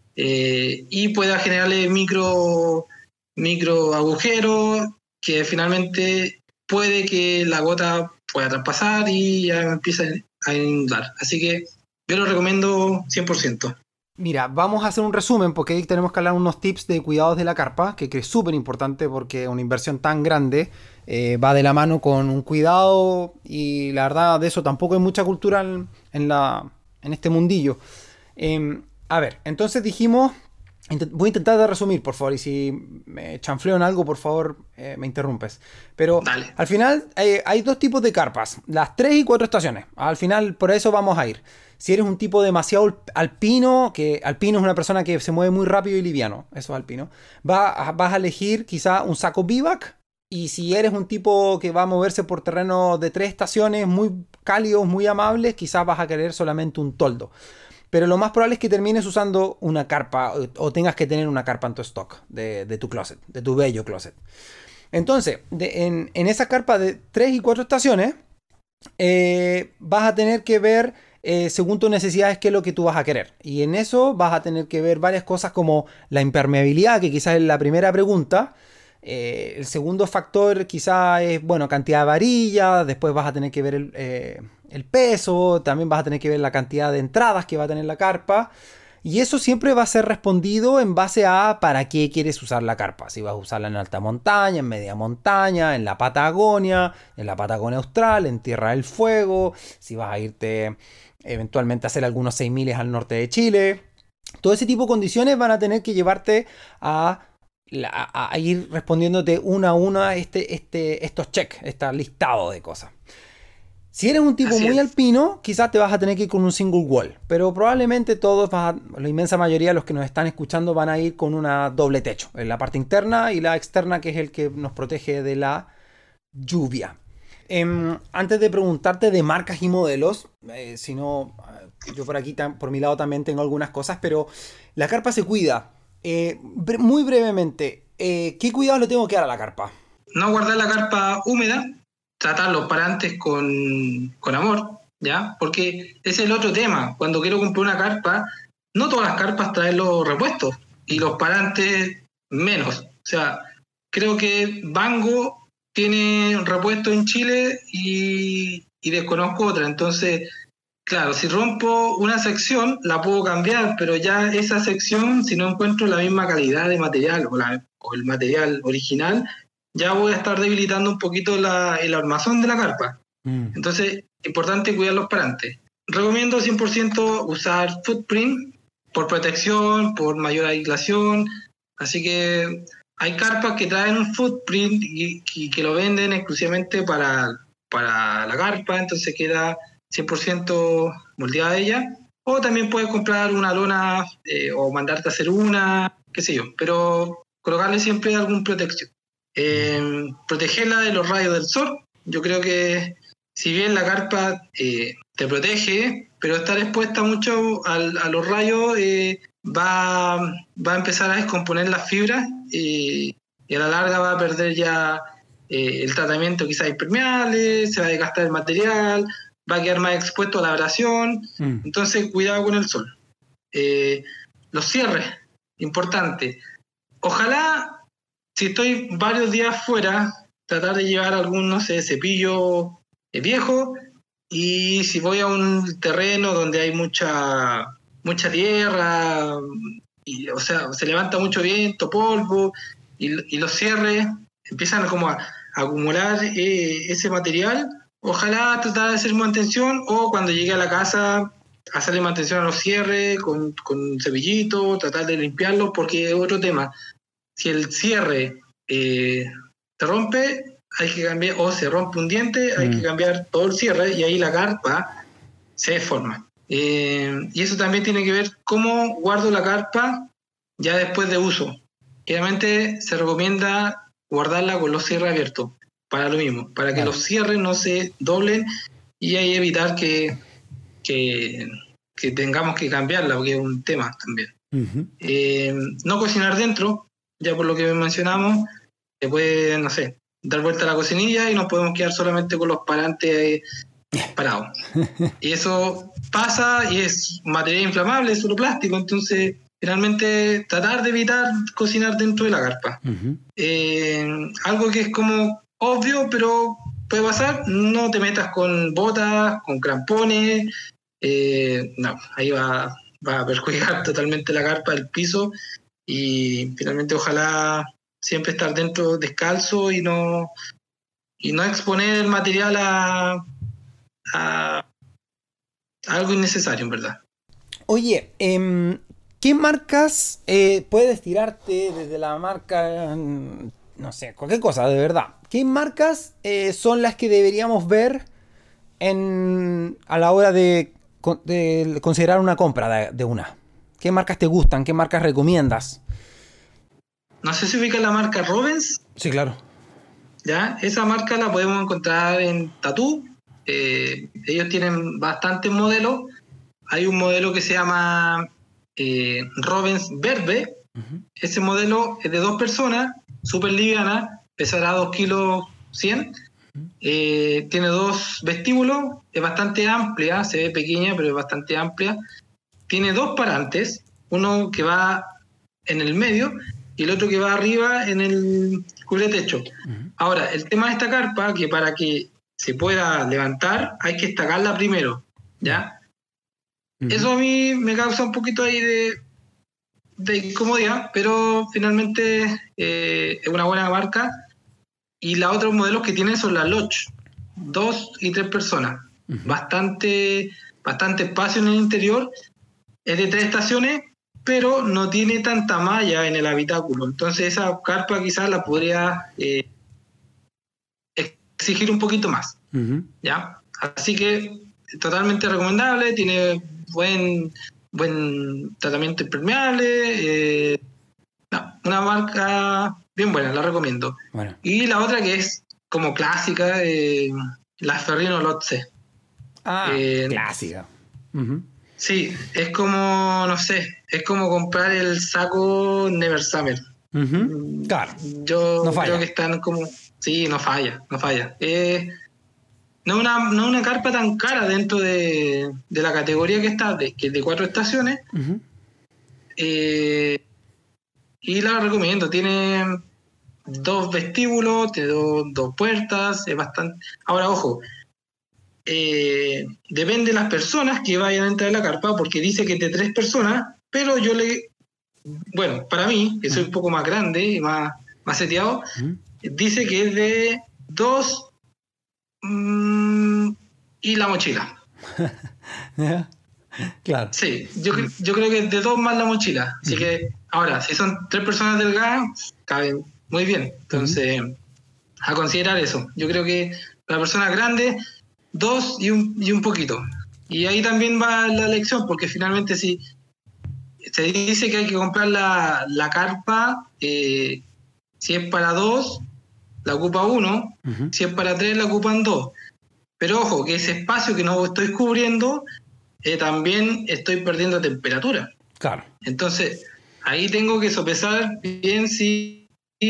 eh, y pueda generarle micro, micro agujeros que finalmente puede que la gota pueda traspasar y ya empieza a inundar. Así que yo lo recomiendo cien por ciento. Mira, vamos a hacer un resumen porque ahí tenemos que hablar unos tips de cuidados de la carpa, que, que es súper importante porque una inversión tan grande eh, va de la mano con un cuidado y la verdad de eso tampoco hay mucha cultura en, en la, en este mundillo. Eh, a ver, entonces dijimos, intent- voy a intentar de resumir por favor y si me chanfleo en algo por favor eh, me interrumpes. Pero Dale. al final eh, hay dos tipos de carpas, las tres y cuatro estaciones. Al final por eso vamos a ir. Si eres un tipo demasiado alpino, que alpino es una persona que se mueve muy rápido y liviano, eso es alpino, va, vas a elegir quizá un saco bivac. Y si eres un tipo que va a moverse por terrenos de tres estaciones muy cálidos, muy amables, quizás vas a querer solamente un toldo. Pero lo más probable es que termines usando una carpa o, o tengas que tener una carpa en tu stock de, de tu closet, de tu bello closet. Entonces, de, en, en esa carpa de tres y cuatro estaciones, eh, vas a tener que ver eh, según tus necesidades qué es lo que tú vas a querer. Y en eso vas a tener que ver varias cosas como la impermeabilidad, que quizás es la primera pregunta. Eh, el segundo factor quizás es, bueno, cantidad de varillas. Después vas a tener que ver el, eh, el peso. También vas a tener que ver la cantidad de entradas que va a tener la carpa. Y eso siempre va a ser respondido en base a para qué quieres usar la carpa. Si vas a usarla en alta montaña, en media montaña, en la Patagonia, en la Patagonia Austral, en Tierra del Fuego, si vas a irte eventualmente a hacer algunos seis miles al norte de Chile. Todo ese tipo de condiciones van a tener que llevarte a, a, a ir respondiéndote una a una este, este, estos checks, este listado de cosas. Si eres un tipo Así muy es. alpino, quizás te vas a tener que ir con un single wall, pero probablemente todos, vas a- la inmensa mayoría de los que nos están escuchando van a ir con una doble techo, en la parte interna y la externa, que es el que nos protege de la lluvia. Em, antes de preguntarte de marcas y modelos, eh, si no, eh, yo por aquí, tam- por mi lado también tengo algunas cosas, pero la carpa se cuida. Eh, bre- muy brevemente, eh, ¿qué cuidado le tengo que dar a la carpa? No guardar la carpa húmeda, tratar los parantes con, con amor, ¿ya? Porque ese es el otro tema. Cuando quiero comprar una carpa, no todas las carpas traen los repuestos y los parantes menos. O sea, creo que Bango tiene repuesto en Chile y, y desconozco otra. Entonces, claro, si rompo una sección, la puedo cambiar, pero ya esa sección, si no encuentro la misma calidad de material o, la, o el material original, ya voy a estar debilitando un poquito la, el armazón de la carpa. Mm. Entonces, importante cuidar los parantes. Recomiendo cien por ciento usar footprint por protección, por mayor aislación. Así que hay carpas que traen un footprint y, y que lo venden exclusivamente para, para la carpa, entonces queda cien por ciento moldeada ella, o también puedes comprar una lona eh, o mandarte a hacer una, qué sé yo, pero colocarle siempre algún protección. Eh, protegerla de los rayos del sol. Yo creo que si bien la carpa eh, te protege, pero estar expuesta mucho al, a los rayos eh, va, va a empezar a descomponer las fibras y, y a la larga va a perder ya eh, el tratamiento quizás impermeable, se va a desgastar el material, va a quedar más expuesto a la abrasión. Mm. Entonces cuidado con el sol. Eh, los cierres, importante. Ojalá, si estoy varios días fuera, tratar de llevar algún, no sé, cepillo eh, viejo, y si voy a un terreno donde hay mucha mucha tierra, y, o sea, se levanta mucho viento, polvo, y, y los cierres empiezan como a, a acumular eh, ese material, ojalá tratar de hacer mantención, o cuando llegue a la casa hacerle mantención a los cierres con, con un cepillito, tratar de limpiarlos, porque es otro tema. Si el cierre eh, se rompe, hay que cambiar, o se rompe un diente, hay mm. que cambiar todo el cierre, y ahí la carpa se deforma. Eh, y eso también tiene que ver cómo guardo la carpa ya después de uso. Generalmente se recomienda guardarla con los cierres abiertos, para lo mismo, para que claro. los cierres no se doblen y ahí evitar que, que, que tengamos que cambiarla, porque es un tema también. Uh-huh. Eh, no cocinar dentro, ya por lo que mencionamos, se puede, no sé, dar vuelta a la cocinilla y nos podemos quedar solamente con los parantes parados. Y eso pasa y es material inflamable, es solo plástico, entonces finalmente tratar de evitar cocinar dentro de la carpa. Uh-huh. Eh, algo que es como obvio, pero puede pasar, no te metas con botas, con crampones, eh, no, ahí va, va a perjudicar totalmente la carpa, el piso, y finalmente ojalá siempre estar dentro descalzo y no y no exponer el material a, a, a algo innecesario, en verdad. Oye, eh, ¿qué marcas eh, puedes tirarte desde la marca, no sé, cualquier cosa, de verdad? ¿Qué marcas eh, son las que deberíamos ver en, a la hora de, de considerar una compra de, de una? ¿Qué marcas te gustan? ¿Qué marcas recomiendas? No sé si ubica la marca Robens. Sí, claro. Ya, esa marca la podemos encontrar en Tatú. Eh, ellos tienen bastantes modelos. Hay un modelo que se llama eh, Robens Verde. Uh-huh. Ese modelo es de dos personas, súper liviana, pesará dos kilos cien. Uh-huh. Eh, tiene dos vestíbulos, es bastante amplia, se ve pequeña, pero es bastante amplia. Tiene dos parantes, uno que va en el medio y el otro que va arriba en el cubretecho. Uh-huh. Ahora, el tema de esta carpa, que para que se pueda levantar hay que estacarla primero, ¿ya? Uh-huh. Eso a mí me causa un poquito ahí de, de incomodidad, pero finalmente eh, es una buena marca. Y los otros modelos que tienen son las Lodge, dos y tres personas. Uh-huh. Bastante, bastante espacio en el interior. Es de tres estaciones, pero no tiene tanta malla en el habitáculo. Entonces esa carpa quizás la podría eh, exigir un poquito más. Uh-huh. ¿Ya? Así que totalmente recomendable, tiene buen, buen tratamiento impermeable. Eh, no, una marca bien buena, la recomiendo. Bueno. Y la otra que es como clásica, eh, la Ferrino Lotse. Ah, eh, clásica. Uh-huh. Sí, es como, no sé, es como comprar el saco Never Summer. Uh-huh. Claro. Yo no creo que están como... Sí, no falla, no falla. Eh, no es una, no una carpa tan cara dentro de, de la categoría que está, de, que es de cuatro estaciones. Uh-huh. Eh, y la recomiendo. Tiene dos vestíbulos, tiene dos, dos puertas, es bastante... Ahora, ojo, Eh, depende de las personas que vayan a entrar en la carpa, porque dice que es de tres personas, pero yo le, bueno, para mí, que soy un poco más grande y más, más seteado, ¿Mm? dice que es de dos mmm, y la mochila. ¿Yeah? Claro. Sí, yo, yo creo que es de dos más la mochila. Así uh-huh. que, ahora, si son tres personas delgadas, caben muy bien. Entonces, uh-huh. a considerar eso. Yo creo que para personas grandes, dos y un, y un poquito. Y ahí también va la elección, porque finalmente si se dice que hay que comprar la, la carpa, eh, si es para dos, la ocupa uno, uh-huh. Si es para tres, la ocupan dos. Pero ojo, que ese espacio que no estoy cubriendo, eh, también estoy perdiendo temperatura. Claro. Entonces, ahí tengo que sopesar bien si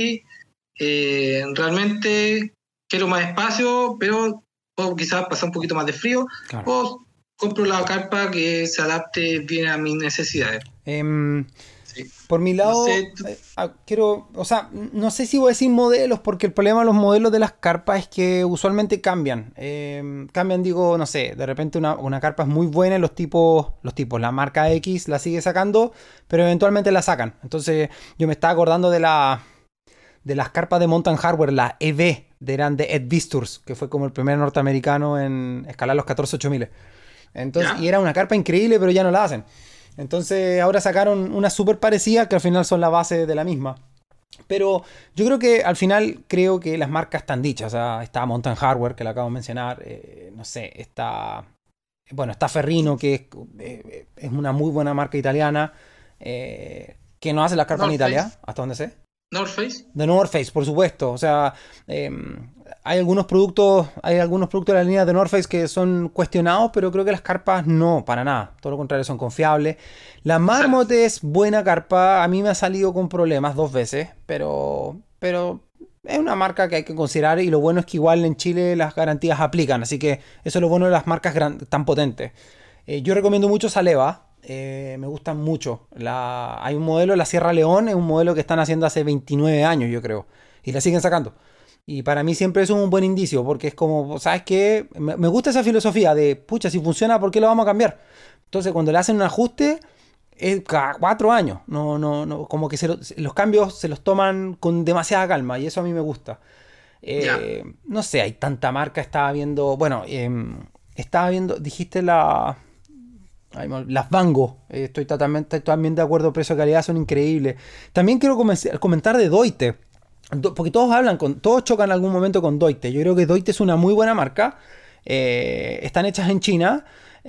eh, realmente quiero más espacio, pero puedo quizás pasar un poquito más de frío, claro. O compro la carpa que se adapte bien a mis necesidades. Um, sí. Por mi lado, no sé, tú... eh, quiero, o sea, no sé si voy a decir modelos, porque el problema de los modelos de las carpas es que usualmente cambian. Eh, cambian, digo, no sé, de repente una, una carpa es muy buena y los tipos, los tipos, la marca X la sigue sacando, pero eventualmente la sacan. Entonces, yo me estaba acordando de la de las carpas de Mountain Hardwear, la E V, de, eran de Ed Visturs, que fue como el primer norteamericano en escalar los catorce ocho mil. Entonces, y era una carpa increíble, pero ya no la hacen. Entonces ahora sacaron una súper parecida que al final son la base de la misma. Pero yo creo que al final creo que las marcas están dichas. O sea, está Mountain Hardwear, que la acabo de mencionar. Eh, no sé, está... Bueno, está Ferrino, que es, eh, es una muy buena marca italiana. Eh, que no hace las carpas en Italia, hasta donde sé. North Face. De North Face, por supuesto. O sea, eh, hay algunos productos, hay algunos productos de la línea de North Face que son cuestionados, pero creo que las carpas no, para nada. Todo lo contrario, son confiables. La Marmot es buena carpa. A mí me ha salido con problemas dos veces, pero, pero es una marca que hay que considerar, y lo bueno es que igual en Chile las garantías aplican. Así que eso es lo bueno de las marcas gran, tan potentes. Eh, yo recomiendo mucho Saleva. Eh, me gustan mucho. La, hay un modelo, la Sierra León, es un modelo que están haciendo hace veintinueve años, yo creo, y la siguen sacando. Y para mí siempre eso es un buen indicio, porque es como, ¿sabes qué? Me, me gusta esa filosofía de, pucha, si funciona, ¿por qué lo vamos a cambiar? Entonces, cuando le hacen un ajuste, es cada cuatro años. No, no, no, como que se lo, los cambios se los toman con demasiada calma, y eso a mí me gusta. Eh, no sé, hay tanta marca. Estaba viendo, bueno, eh, estaba viendo, dijiste la... Las Vango, eh, estoy totalmente, también de acuerdo, precio-calidad son increíbles. También quiero comentar de Deuter, porque todos hablan, con, todos chocan en algún momento con Deuter. Yo creo que Deuter es una muy buena marca. Eh, están hechas en China.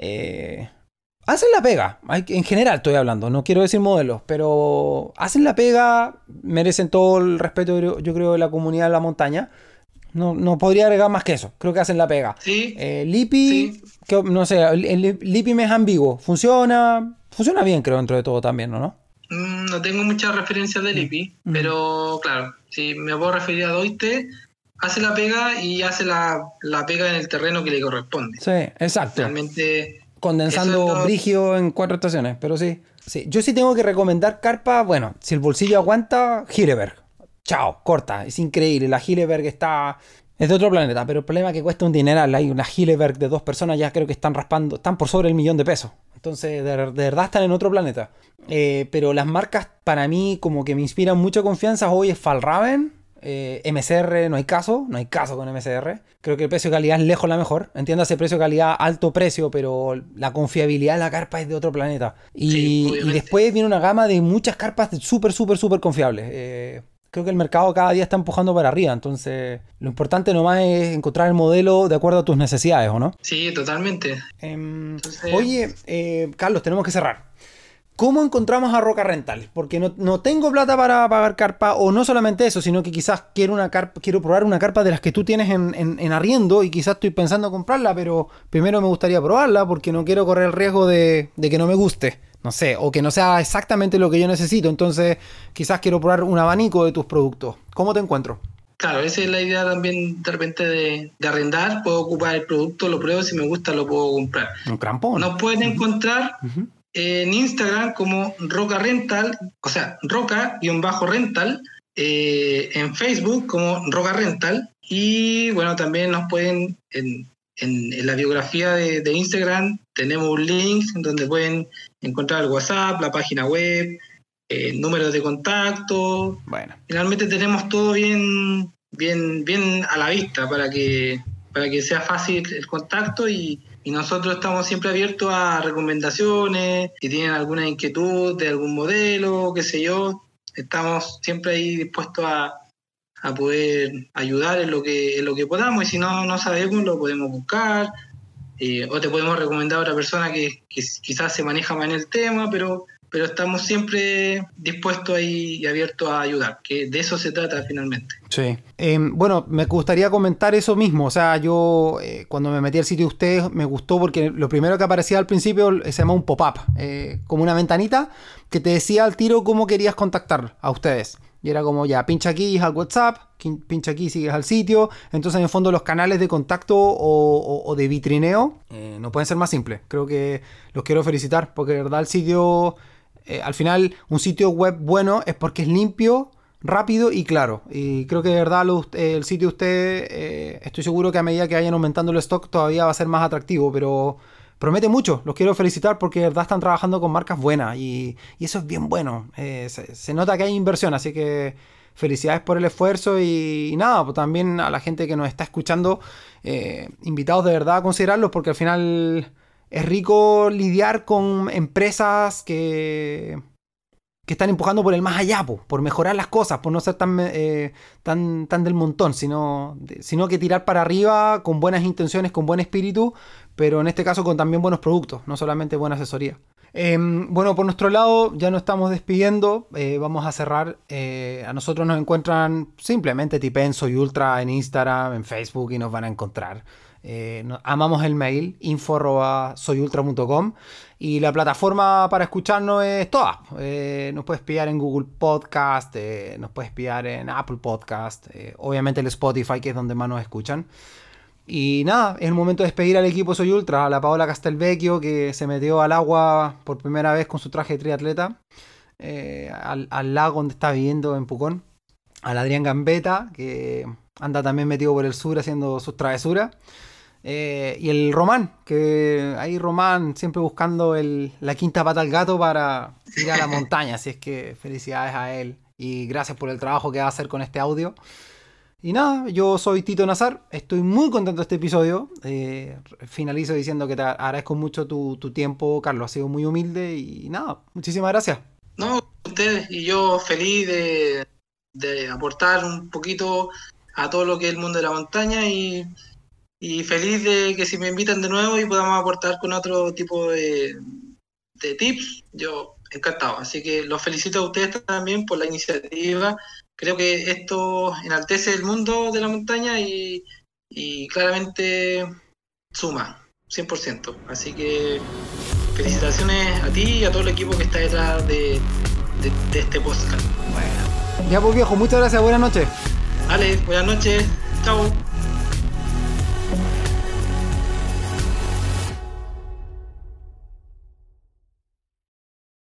Eh, hacen la pega, en general estoy hablando, no quiero decir modelos, pero hacen la pega, merecen todo el respeto, yo creo, de la comunidad de la montaña. No, no podría agregar más que eso. Creo que hacen la pega. Sí. Eh, Lipi, sí. que, no sé, el, el Lipi me es ambiguo. Funciona, funciona bien, creo, dentro de todo también, ¿no? ¿no? Mm, no tengo muchas referencias de Lipi, mm. pero claro, si me puedo referir a Doite, hace la pega y hace la, la pega en el terreno que le corresponde. Sí, exacto. Realmente. Condensando lo... brigio en cuatro estaciones, pero sí. sí. Yo sí tengo que recomendar carpa. Bueno, si el bolsillo aguanta, Hilleberg. Chao, corta, es increíble. La Hilleberg está... es de otro planeta, pero el problema es que cuesta un dineral. Hay una Hilleberg de dos personas, ya creo que están raspando, están por sobre el millón de pesos. Entonces, de, de verdad están en otro planeta. Eh, pero las marcas, para mí, como que me inspiran mucha confianza. Hoy es Fjällräven, eh, M C R, no hay caso, no hay caso con M C R. Creo que el precio de calidad es lejos la mejor. Entiéndase, precio de calidad, alto precio, pero la confiabilidad de la carpa es de otro planeta. Y, sí, y después viene una gama de muchas carpas súper, súper, súper confiables. Eh, Creo que el mercado cada día está empujando para arriba, entonces lo importante nomás es encontrar el modelo de acuerdo a tus necesidades, ¿o no? Sí, totalmente. Eh, entonces... Oye, eh, Carlos, tenemos que cerrar. ¿Cómo encontramos a Roca Rental? Porque no, no tengo plata para pagar carpa, o no solamente eso, sino que quizás quiero una carpa, quiero probar una carpa de las que tú tienes en, en, en arriendo, y quizás estoy pensando en comprarla, pero primero me gustaría probarla porque no quiero correr el riesgo de, de que no me guste. No sé, o que no sea exactamente lo que yo necesito. Entonces, quizás quiero probar un abanico de tus productos. ¿Cómo te encuentro? Claro, esa es la idea también de repente de, de arrendar. Puedo ocupar el producto, lo pruebo, si me gusta lo puedo comprar. Un crampón. Nos pueden encontrar uh-huh. en Instagram como Roca Rental, o sea, Roca-Rental, eh, en Facebook como Roca Rental, y bueno, también nos pueden... En, En, en la biografía de, de Instagram tenemos un link donde pueden encontrar el WhatsApp, la página web, eh, números de contacto. Bueno. Finalmente tenemos todo bien, bien, bien a la vista para que, para que sea fácil el contacto, y, y nosotros estamos siempre abiertos a recomendaciones. Si tienen alguna inquietud de algún modelo, qué sé yo, estamos siempre ahí dispuestos a, a poder ayudar en lo que, en lo que podamos, y si no, no sabemos, lo podemos buscar, eh, o te podemos recomendar a otra persona que, que quizás se maneja más en el tema, pero, pero estamos siempre dispuestos ahí y abiertos a ayudar, que de eso se trata finalmente. Sí. Eh, bueno, me gustaría comentar eso mismo. O sea, yo eh, cuando me metí al sitio de ustedes me gustó porque lo primero que aparecía al principio se llama un pop-up, eh, como una ventanita que te decía al tiro cómo querías contactar a ustedes. Y era como, ya, pincha aquí, es al WhatsApp, pincha aquí, sigues al sitio. Entonces, en el fondo, los canales de contacto o, o, o de vitrineo eh, no pueden ser más simples. Creo que los quiero felicitar porque, de verdad, el sitio, eh, al final, un sitio web bueno es porque es limpio, rápido y claro. Y creo que de verdad lo, eh, el sitio de usted, eh, estoy seguro que a medida que vayan aumentando el stock todavía va a ser más atractivo, pero promete mucho. Los quiero felicitar porque de verdad están trabajando con marcas buenas y, y eso es bien bueno. Eh, se, se nota que hay inversión, así que felicidades por el esfuerzo y, y nada, pues también a la gente que nos está escuchando, eh, invitados de verdad a considerarlos porque al final es rico lidiar con empresas que... que están empujando por el más allá, po, por mejorar las cosas, por no ser tan, eh, tan, tan del montón, sino, sino que tirar para arriba con buenas intenciones, con buen espíritu, pero en este caso con también buenos productos, no solamente buena asesoría. Eh, bueno, por nuestro lado ya nos estamos despidiendo, eh, vamos a cerrar. Eh, a nosotros nos encuentran simplemente tipen Soy Ultra en Instagram, en Facebook y nos van a encontrar. Eh, no, amamos el mail info arroba soyultra punto com y la plataforma para escucharnos es toda. Eh, nos puedes pillar en Google Podcast, eh, nos puedes pillar en Apple Podcast, eh, obviamente el Spotify, que es donde más nos escuchan. Y nada, es el momento de despedir al equipo Soy Ultra, a la Paola Castelvecchio, que se metió al agua por primera vez con su traje de triatleta, eh, al, al lago donde está viviendo en Pucón, al Adrián Gambetta, que anda también metido por el sur haciendo sus travesuras. Eh, y el Román, que ahí Román siempre buscando el, la quinta pata al gato para ir a la montaña, así es que felicidades a él y gracias por el trabajo que va a hacer con este audio. Y nada, yo soy Tito Nazar, estoy muy contento de este episodio, eh, finalizo diciendo que te agradezco mucho tu, tu tiempo, Carlos, ha sido muy humilde y nada, muchísimas gracias. No, ustedes y yo feliz de, de aportar un poquito a todo lo que es el mundo de la montaña y Y feliz de que si me invitan de nuevo y podamos aportar con otro tipo de, de tips, yo encantado. Así que los felicito a ustedes también por la iniciativa. Creo que esto enaltece el mundo de la montaña y, y claramente suma, cien por ciento. Así que felicitaciones a ti y a todo el equipo que está detrás de, de, de este podcast. Bueno, ya pues viejo, muchas gracias, buenas noches. Vale, buenas noches, chao.